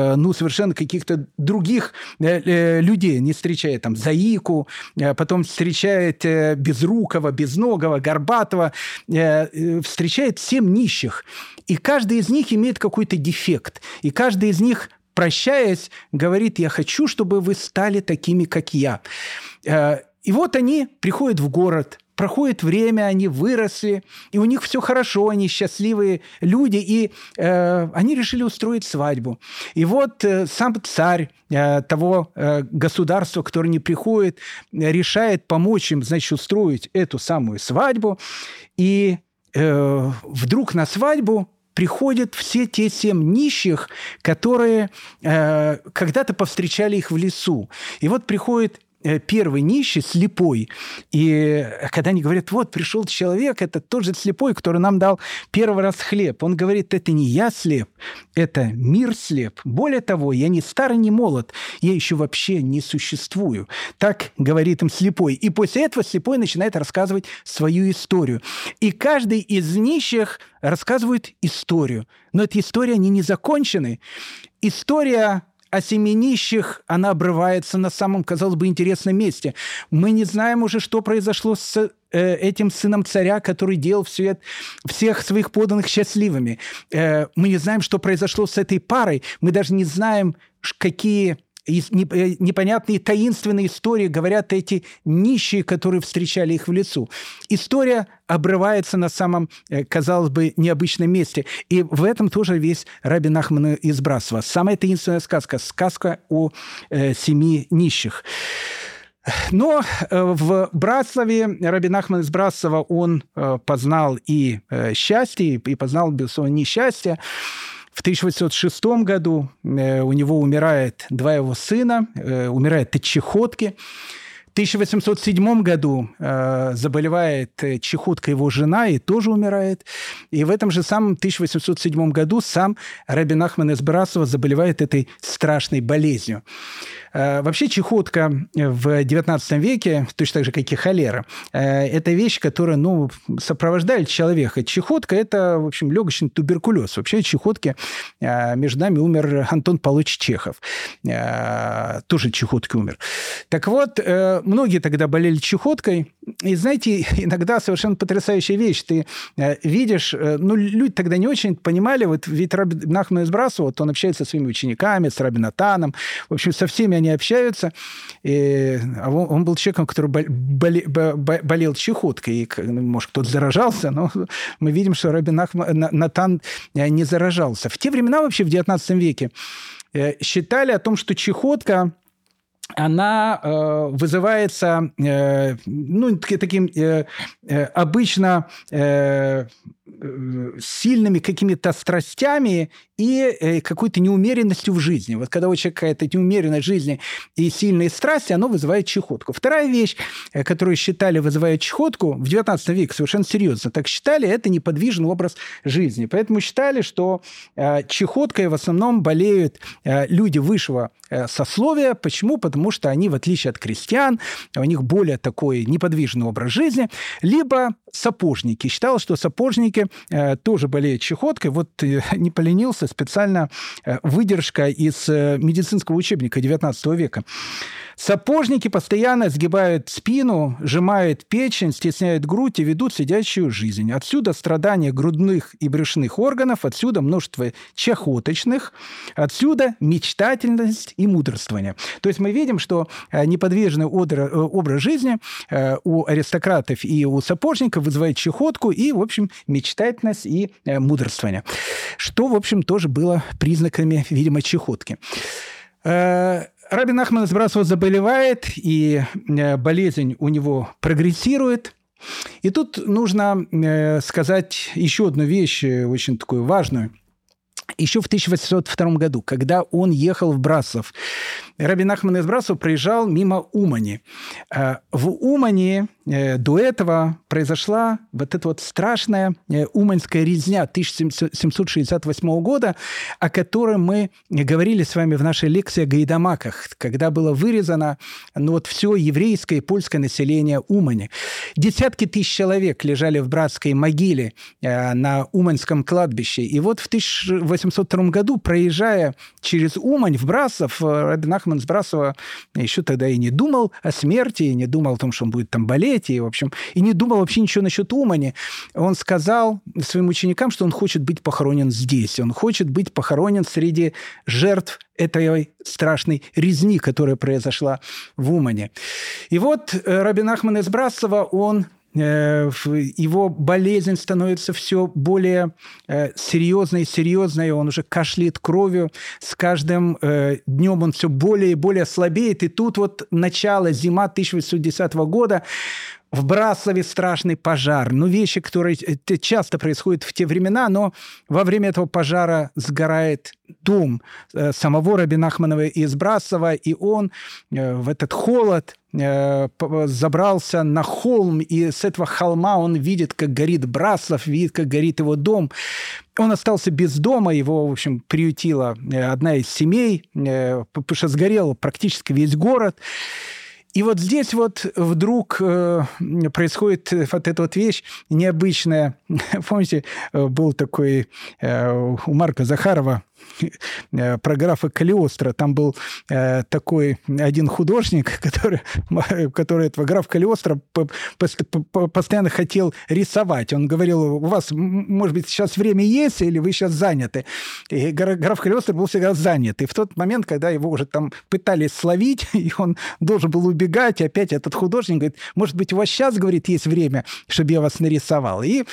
других людей. Они встречают там Заику, потом встречают Безрукова, Безногого, Горбатого, встречает 7 нищих. И каждый из них имеет какой-то дефект. И каждый из них, прощаясь, говорит: я хочу, чтобы вы стали такими, как я. И вот они приходят в город, проходит время, они выросли, и у них все хорошо, они счастливые люди, и они решили устроить свадьбу. И вот сам царь того государства, которое не приходит, решает помочь им, значит, устроить эту самую свадьбу. И вдруг на свадьбу приходят все те 7 нищих, которые когда-то повстречали их в лесу. И вот приходит первый нищий, слепой. И когда они говорят, вот пришел человек, это тот же слепой, который нам дал первый раз хлеб. Он говорит, это не я слеп, это мир слеп. Более того, я не стар, не молод, я еще вообще не существую. Так говорит им слепой. И после этого слепой начинает рассказывать свою историю. И каждый из нищих рассказывает историю. Но эта история, они не закончены. История о 7 нищих, она обрывается на самом, казалось бы, интересном месте. Мы не знаем уже, что произошло с этим сыном царя, который делал всех своих подданных счастливыми. Мы не знаем, что произошло с этой парой. Мы даже не знаем, какие непонятные таинственные истории говорят эти нищие, которые встречали их в лесу. История обрывается на самом, казалось бы, необычном месте. И в этом тоже весь Раби Нахман из Браслова. Самая таинственная сказка – сказка о 7 нищих. Но в Браславе Раби Нахман из Браслова, он познал и счастье, и познал, безусловно, несчастье. В 1806 году у него умирает 2 его сына, умирает от чехотки. В 1807 году заболевает чехоткой его жена и тоже умирает. И в этом же самом 1807 году сам Раби Нахман из Браслова заболевает этой страшной болезнью. Вообще чехотка в XIX веке, точно так же, как и холера, это вещь, которая сопровождает человека. Чехотка – это, в общем, легочный туберкулез. Вообще от чехотки между нами умер Антон Павлович Чехов. Тоже чехотки умер. Так вот, многие тогда болели чехоткой. И, знаете, иногда совершенно потрясающая вещь. Ты видишь, люди тогда не очень понимали, ведь Раби Нахман из Браслова, вот он общается со своими учениками, с Раби Натаном, в общем, со всеми они общаются. А он был человеком, который болел чехоткой. И, может, кто-то заражался, но мы видим, что Раби Натан не заражался. В те времена вообще, в XIX веке, считали о том, что чехотка, она вызывается таким обычно сильными какими-то страстями и какой-то неумеренностью в жизни. Вот когда у человека какая-то неумеренность в жизни и сильные страсти, оно вызывает чехотку. Вторая вещь, которую считали вызывает чехотку, в XIX веке совершенно серьезно так считали, это неподвижный образ жизни. Поэтому считали, что чехоткой в основном болеют люди высшего сословия. Почему? Потому что они, в отличие от крестьян, у них более такой неподвижный образ жизни. Либо сапожники. Считалось, что сапожники тоже болеют чехоткой. Вот не поленился, специально выдержка из медицинского учебника XIX века. Сапожники постоянно сгибают спину, сжимают печень, стесняют грудь и ведут сидячую жизнь. Отсюда страдания грудных и брюшных органов, отсюда множество чахоточных, отсюда мечтательность и мудрствование. То есть мы видим, что неподвижный образ жизни у аристократов и у сапожников вызывает чахотку и, в общем, мечтательность и мудрствование. Что, в общем, тоже было признаками, видимо, чахотки. Раби Нахман из Браслова заболевает, и болезнь у него прогрессирует. И тут нужно сказать еще одну вещь, очень такую важную. Еще в 1802 году, когда он ехал в Браслав, Раби Нахман из Браслова проезжал мимо Умани. В Умани до этого произошла вот эта вот страшная уманская резня 1768 года, о которой мы говорили с вами в нашей лекции о гайдамаках, когда было вырезано все еврейское и польское население Умани. Десятки тысяч человек лежали в братской могиле на Уманском кладбище. И вот в 1802 году, проезжая через Умань в Браслав, Раби Нахман из Браслова еще тогда и не думал о смерти, и не думал о том, что он будет там болеть, и, в общем, и не думал вообще ничего насчет Умани. Он сказал своим ученикам, что он хочет быть похоронен здесь. Он хочет быть похоронен среди жертв этой страшной резни, которая произошла в Умане. И вот Раби Нахман из Браслова, он его болезнь становится все более серьезной и серьезной, он уже кашляет кровью, с каждым днем он все более и более слабеет. И тут вот начало, зима 1810 года, в Браславе страшный пожар. Ну, вещи, которые часто происходят в те времена, но во время этого пожара сгорает дом самого раби Нахмана из Браслава, и он в этот холод забрался на холм, и с этого холма он видит, как горит Браслав, видит, как горит его дом. Он остался без дома, его, в общем, приютила одна из семей, потому что сгорел практически весь город. И вот здесь вот вдруг происходит вот эта вот вещь необычная. Помните, был такой у Марка Захарова про графа Калиостро. Там был такой один художник, который этого графа Калиостро постоянно хотел рисовать. Он говорил: у вас, может быть, сейчас время есть, или вы сейчас заняты? И граф Калиостро был всегда занят. И в тот момент, когда его уже там пытались словить, и он должен был убегать, опять этот художник говорит: может быть, у вас сейчас, говорит, есть время, чтобы я вас нарисовал? И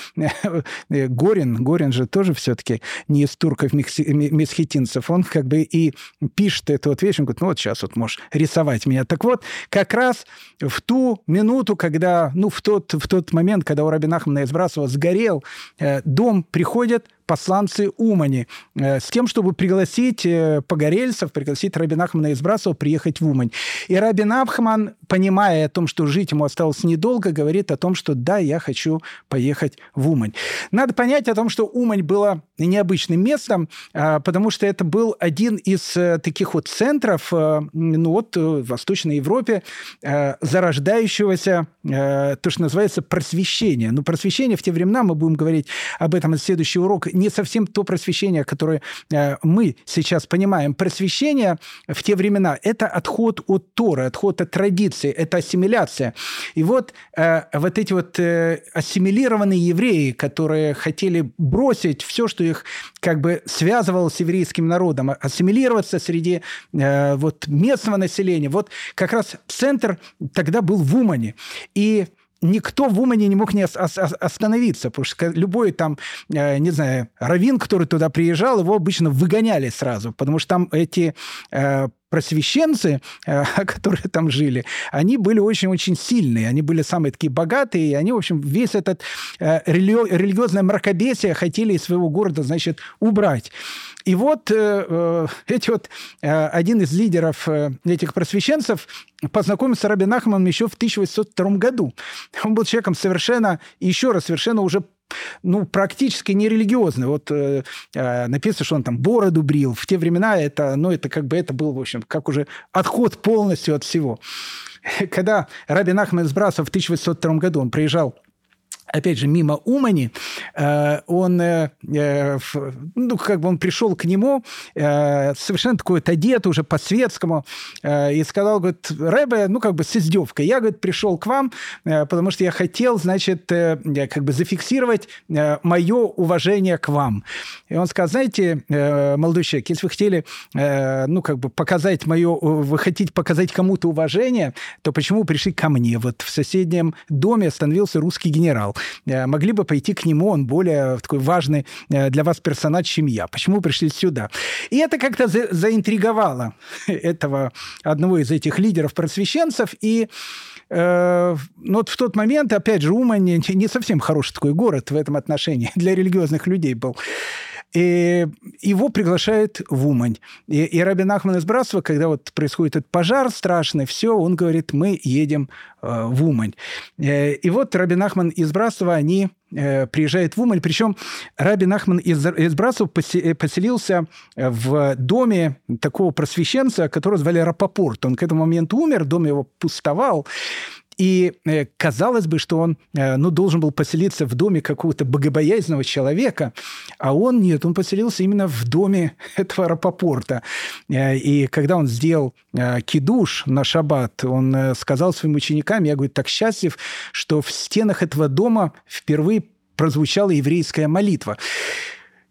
Горин же тоже все-таки не из турков месхетинцев, он как бы и пишет эту вот вещь, он говорит: ну вот сейчас вот можешь рисовать меня. Так вот, как раз в ту минуту, когда, ну, в тот момент, когда у раби Нахмана из Браслава сгорел дом, приходят посланцы Умани с тем, чтобы пригласить погорельцев, пригласить раби Нахмана из Браслава приехать в Умань. И раби Нахман, понимая о том, что жить ему осталось недолго, говорит о том, что да, я хочу поехать в Умань. Надо понять о том, что Умань была необычным местом, потому что это был один из таких вот центров, ну вот, в Восточной Европе зарождающегося, то, что называется, просвещение. Но просвещение в те времена, мы будем говорить об этом в следующий урок, не совсем то просвещение, которое мы сейчас понимаем. Просвещение в те времена – это отход от Торы, отход от традиции, это ассимиляция. И вот эти вот ассимилированные евреи, которые хотели бросить все, что их как бы связывало с еврейским народом, ассимилироваться среди вот местного населения. Вот как раз центр тогда был в Умане. И никто в Умане не мог не остановиться, потому что любой там, не знаю, раввин, который туда приезжал, его обычно выгоняли сразу, потому что там эти просвещенцы, которые там жили, они были очень-очень сильные, они были самые такие богатые, и они, в общем, весь этот религиозное мракобесие хотели из своего города, значит, убрать. И вот один из лидеров этих просвещенцев познакомился с раби Нахманом еще в 1802 году. Он был человеком совершенно уже практически нерелигиозный. Вот написано, что он там бороду брил. В те времена это был, в общем, как уже отход полностью от всего. Когда раби Нахман из Браслава в 1802 году он приезжал, опять же, мимо Умани, он пришел к нему, совершенно такой вот одет уже по-светскому, и сказал, говорит: Ребе, с издевкой, я, говорит, пришел к вам, потому что я хотел, значит, зафиксировать мое уважение к вам. И он сказал: знаете, молодой человек, если вы хотели, вы хотите показать кому-то уважение, то почему пришли ко мне? Вот в соседнем доме остановился русский генерал. Могли бы пойти к нему, он более такой важный для вас персонаж, чем я. Почему вы пришли сюда? И это как-то заинтриговало одного из этих лидеров-просвещенцев. И вот в тот момент, опять же, Умань не совсем хороший такой город в этом отношении, для религиозных людей был. И его приглашают в Умань. И раби Нахман из Браслава, когда вот происходит этот пожар страшный, все, он говорит: мы едем в Умань. И вот раби Нахман из Браслава, они приезжают в Умань. Причем раби Нахман из Браслава поселился в доме такого просвещенца, которого звали Рапопорт. Он к этому моменту умер, дом его пустовал. И казалось бы, что он должен был поселиться в доме какого-то богобоязненного человека, а он нет, он поселился именно в доме этого Рапопорта. И когда он сделал кидуш на шаббат, он сказал своим ученикам: я, говорит, так счастлив, что в стенах этого дома впервые прозвучала еврейская молитва.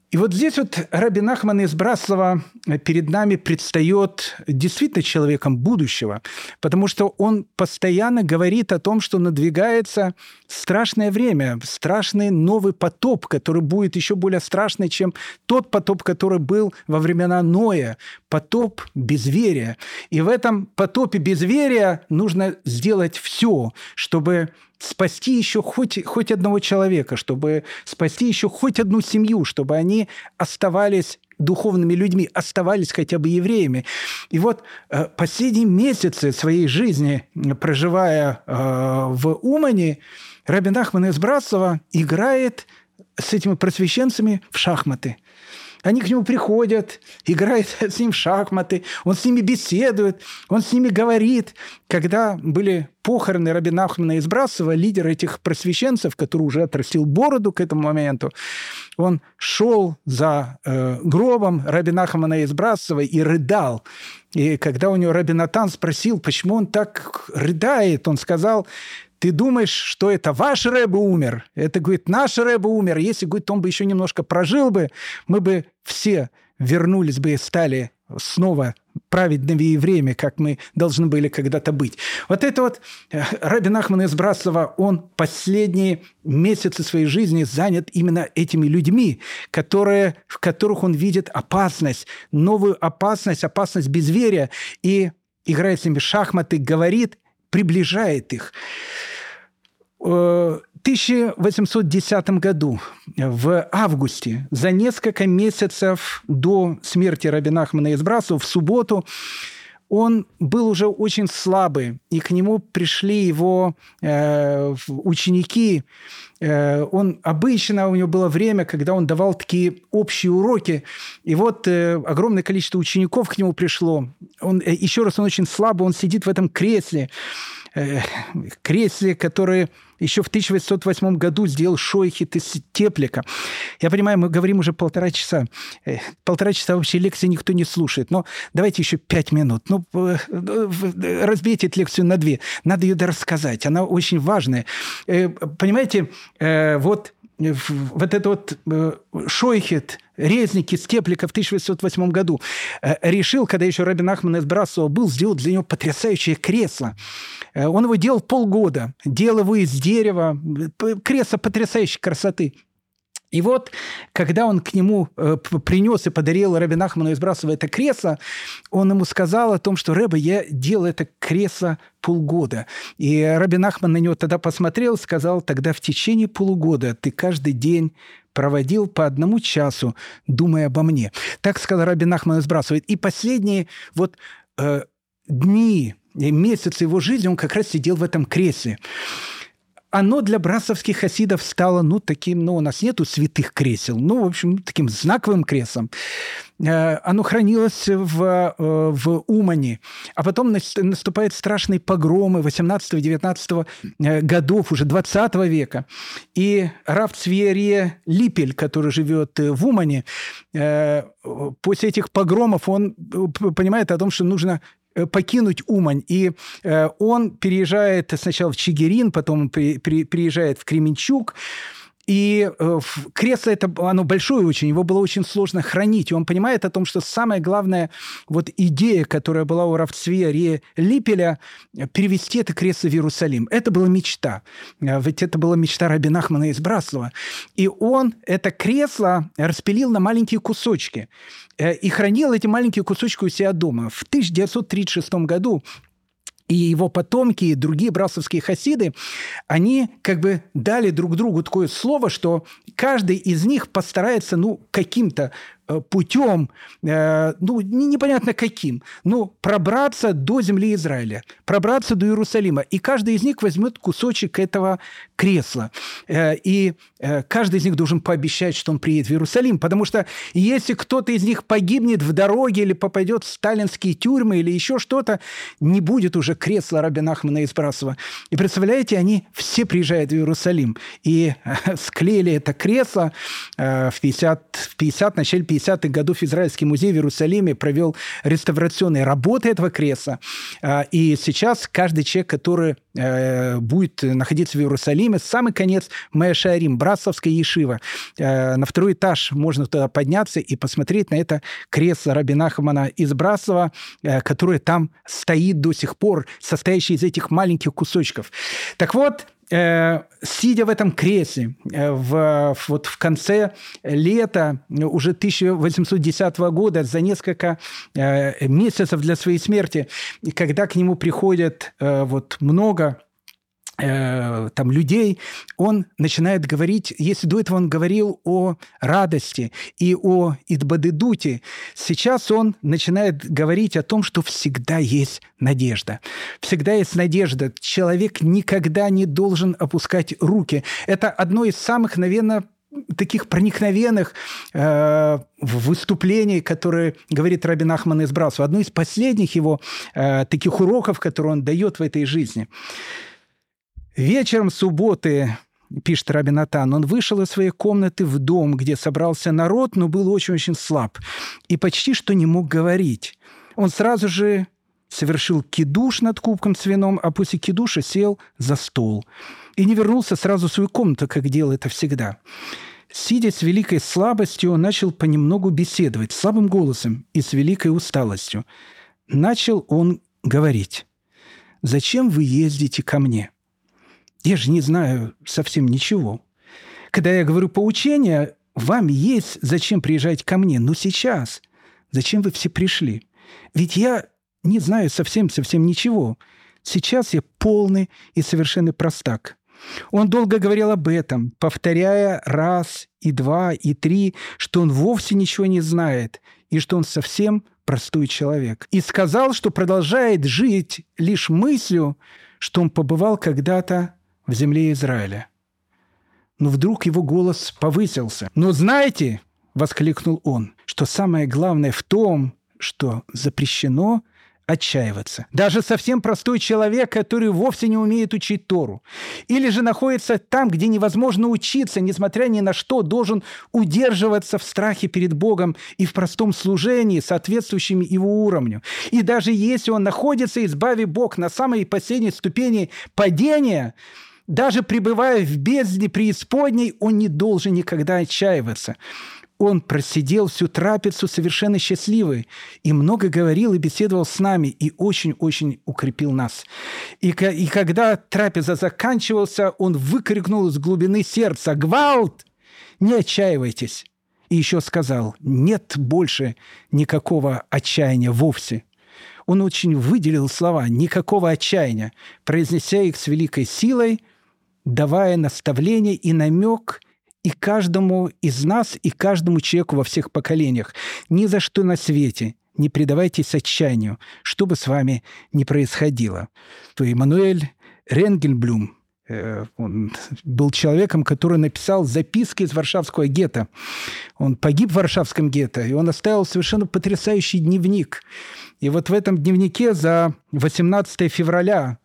И вот здесь вот Раби Нахман из Браслова перед нами предстает действительно человеком будущего, потому что он постоянно говорит о том, что надвигается страшное время, страшный новый потоп, который будет еще более страшный, чем тот потоп, который был во времена Ноя, потоп безверия. И в этом потопе безверия нужно сделать все, чтобы спасти еще хоть одного человека, чтобы спасти еще хоть одну семью, чтобы они оставались духовными людьми, оставались хотя бы евреями. И вот последние месяцы своей жизни, проживая в Умане, Раби Нахман из Браслова играет с этими просвещенцами в шахматы. Они к нему приходят, играют с ним в шахматы, он с ними беседует, он с ними говорит. Когда были похороны Раби Нахмана из Браслова, лидера этих просвещенцев, который уже отрастил бороду к этому моменту, он шел за гробом Раби Нахмана из Браслова и рыдал. И когда у него Раби Натан спросил, почему он так рыдает, он сказал: ты думаешь, что это ваш Ребе умер? Это, говорит, наш Ребе умер. Если, говорит, он бы еще немножко прожил бы, мы бы все вернулись бы и стали снова праведными евреями, как мы должны были когда-то быть. Вот это вот Раби Нахман из Браслова, он последние месяцы своей жизни занят именно этими людьми, в которых он видит опасность, новую опасность, опасность безверия, и играет с ними в шахматы, говорит, приближает их. В 1810 году, в августе, за несколько месяцев до смерти Раби Нахмана из Браслова, в субботу, он был уже очень слабый, и к нему пришли его ученики. Обычно у него было время, когда он давал такие общие уроки, и вот огромное количество учеников к нему пришло. Он очень слабый, он сидит в этом кресле, которое еще в 1808 году сделал Шойхет из Теплика. Я понимаю, мы говорим уже 1,5 часа. 1,5 часа вообще лекции никто не слушает. Но давайте еще 5 минут. Разбейте эту лекцию на 2. Надо ее рассказать. Она очень важная. Понимаете, вот этот вот Шойхет, резник из Теплика в 1808 году решил, когда еще Раби Нахман из Браслова был, сделать для него потрясающее кресло. Он его делал полгода. Делал его из дерева. Кресло потрясающей красоты. И вот, когда он к нему принес и подарил Раби Нахману из Браслова это кресло, он ему сказал о том, что «Рэбе, я делал это кресло полгода». И Раби Нахман на него тогда посмотрел и сказал: тогда в течение полугода ты каждый день проводил по 1 часу, думая обо мне. Так сказал Раби Нахман из Браслова. И последние дни, месяцы его жизни он как раз сидел в этом кресле. Оно для брасловских хасидов стало, таким, у нас нету святых кресел, в общем, таким знаковым креслом. Оно хранилось в Умане. А потом наступают страшные погромы 18-19 годов, уже 20 века. И рав Цви Арье Липель, который живет в Умане, после этих погромов он понимает о том, что нужно покинуть Умань. И он переезжает сначала в Чигирин, потом переезжает в Кременчуг. И кресло это, оно большое очень, его было очень сложно хранить. И он понимает о том, что самая главная идея, которая была у рав Цви Арье Липеля, перевести это кресло в Иерусалим. Это была мечта. Ведь это была мечта Раби Нахмана из Браслова. И он это кресло распилил на маленькие кусочки. И хранил эти маленькие кусочки у себя дома. В 1936 году и его потомки, и другие брасловские хасиды, они дали друг другу такое слово, что каждый из них постарается, каким-то путем, непонятно каким, пробраться до земли Израиля, пробраться до Иерусалима. И каждый из них возьмет кусочек этого кресла. И каждый из них должен пообещать, что он приедет в Иерусалим. Потому что если кто-то из них погибнет в дороге или попадет в сталинские тюрьмы или еще что-то, не будет уже кресла Раби Нахмана из Браслова. И представляете, они все приезжают в Иерусалим. И склеили это кресло в начале 50-х годов Израильский музей в Иерусалиме провел реставрационные работы этого креста. И сейчас каждый человек, который будет находиться в Иерусалиме, самый конец Меа Шеарим, Брасловская ешива. На второй этаж можно туда подняться и посмотреть на это крест раби Нахмана из Браслова, который там стоит до сих пор, состоящий из этих маленьких кусочков. Так вот, сидя в этом кресле вот в конце лета уже 1810 года, за несколько месяцев для своей смерти, и когда к нему приходят вот много там людей, он начинает говорить, если до этого он говорил о радости и о Идбадедуте, сейчас он начинает говорить о том, что всегда есть надежда. Всегда есть надежда. Человек никогда не должен опускать руки. Это одно из самых, наверное, таких проникновенных выступлений, которые говорит раби Нахман из Браслова. Одно из последних его таких уроков, которые он дает в этой жизни. Вечером субботы, пишет раби Натан, он вышел из своей комнаты в дом, где собрался народ, но был очень-очень слаб и почти что не мог говорить. Он сразу же совершил кидуш над кубком с вином, а после кидуша сел за стол и не вернулся сразу в свою комнату, как делал это всегда. Сидя с великой слабостью, он начал понемногу беседовать слабым голосом и с великой усталостью. Начал он говорить: «Зачем вы ездите ко мне? Я же не знаю совсем ничего. Когда я говорю поучение, вам есть зачем приезжать ко мне. Но сейчас зачем вы все пришли? Ведь я не знаю совсем ничего. Сейчас я полный и совершенный простак». Он долго говорил об этом, повторяя раз, и два, и три, что он вовсе ничего не знает, и что он совсем простой человек. И сказал, что продолжает жить лишь мыслью, что он побывал когда-то в земле Израиля. Но вдруг его голос повысился. «Но знаете, — воскликнул он, — что самое главное в том, что запрещено отчаиваться. Даже совсем простой человек, который вовсе не умеет учить Тору, или же находится там, где невозможно учиться, несмотря ни на что, должен удерживаться в страхе перед Богом и в простом служении, соответствующем его уровню. И даже если он находится, избави Бог, на самой последней ступени падения, даже пребывая в бездне преисподней, он не должен никогда отчаиваться. Он просидел всю трапезу совершенно счастливый и много говорил и беседовал с нами, и очень-очень укрепил нас. И когда трапеза заканчивалась, он выкрикнул из глубины сердца: «Гвалт! Не отчаивайтесь!» И еще сказал: «Нет больше никакого отчаяния вовсе». Он очень выделил слова «никакого отчаяния», произнеся их с великой силой, давая наставление и намек и каждому из нас, и каждому человеку во всех поколениях. Ни за что на свете не предавайтесь отчаянию, что бы с вами ни происходило. То Эммануэль Ренгельблюм, он был человеком, который написал записки из Варшавского гетто. Он погиб в Варшавском гетто, и он оставил совершенно потрясающий дневник. И вот в этом дневнике за 18 февраля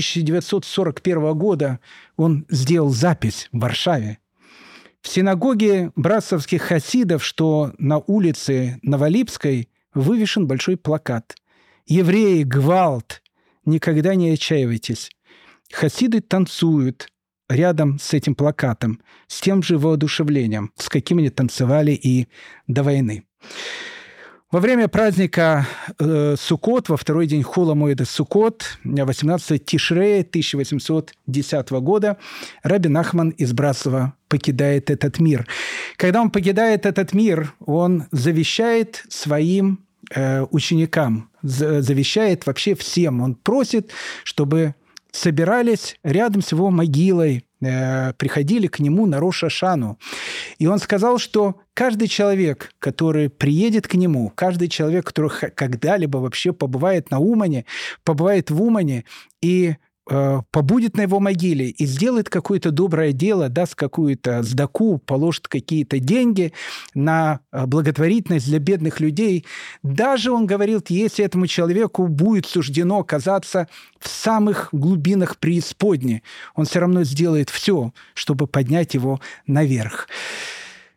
1941 года он сделал запись в Варшаве. В синагоге брасловских хасидов, что на улице Новолипской, вывешен большой плакат: «Евреи, гвалт! Никогда не отчаивайтесь!» Хасиды танцуют рядом с этим плакатом, с тем же воодушевлением, с каким они танцевали и до войны. Во время праздника Суккот, во второй день Хола Моэда Суккот, 18 Тишрея 1810 года, раби Нахман из Браслова покидает этот мир. Когда он покидает этот мир, он завещает своим ученикам, завещает вообще всем. Он просит, чтобы собирались рядом с его могилой, приходили к нему на Рош ха-Шану. И он сказал, что каждый человек, который приедет к нему, каждый человек, который когда-либо вообще побывает на Умане, побывает в Умане и побудет на его могиле и сделает какое-то доброе дело, даст какую-то сдаку, положит какие-то деньги на благотворительность для бедных людей. Даже, он говорил, если этому человеку будет суждено оказаться в самых глубинах преисподней, он все равно сделает все, чтобы поднять его наверх.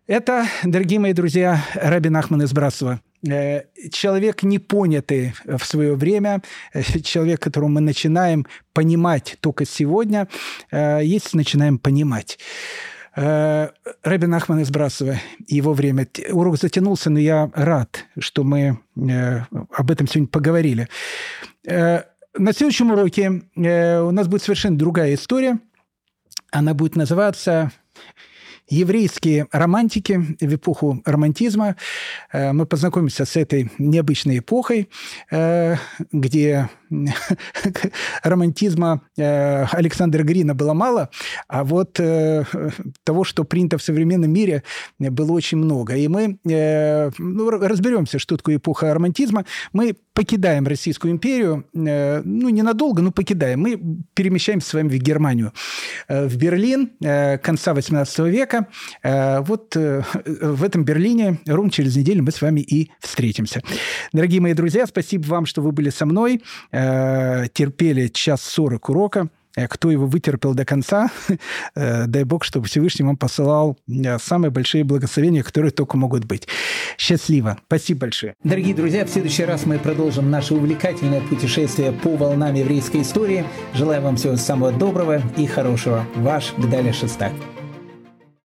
Это, дорогие мои друзья, Раби Нахман из Братства. Человек не понятый в свое время, человек, которого мы начинаем понимать только сегодня, если начинаем понимать. Раби Нахман из Братства, его время. Урок затянулся, но я рад, что мы об этом сегодня поговорили. На следующем уроке у нас будет совершенно другая история. Она будет называться «Еврейские романтики в эпоху романтизма». Мы познакомимся с этой необычной эпохой, где романтизма Александра Грина было мало, а вот того, что принято в современном мире, было очень много. И мы разберемся, что такое эпоха романтизма. Мы покидаем Российскую империю, ненадолго, но покидаем. Мы перемещаемся с вами в Германию, в Берлин конца XVIII века. Вот в этом Берлине ровно через неделю мы с вами и встретимся. Дорогие мои друзья, спасибо вам, что вы были со мной, терпели 1:40 урока. Кто его вытерпел до конца, дай Бог, чтобы Всевышний вам посылал самые большие благословения, которые только могут быть. Счастливо. Спасибо большое. Дорогие друзья, в следующий раз мы продолжим наше увлекательное путешествие по волнам еврейской истории. Желаю вам всего самого доброго и хорошего. Ваш Гдаля Шестак.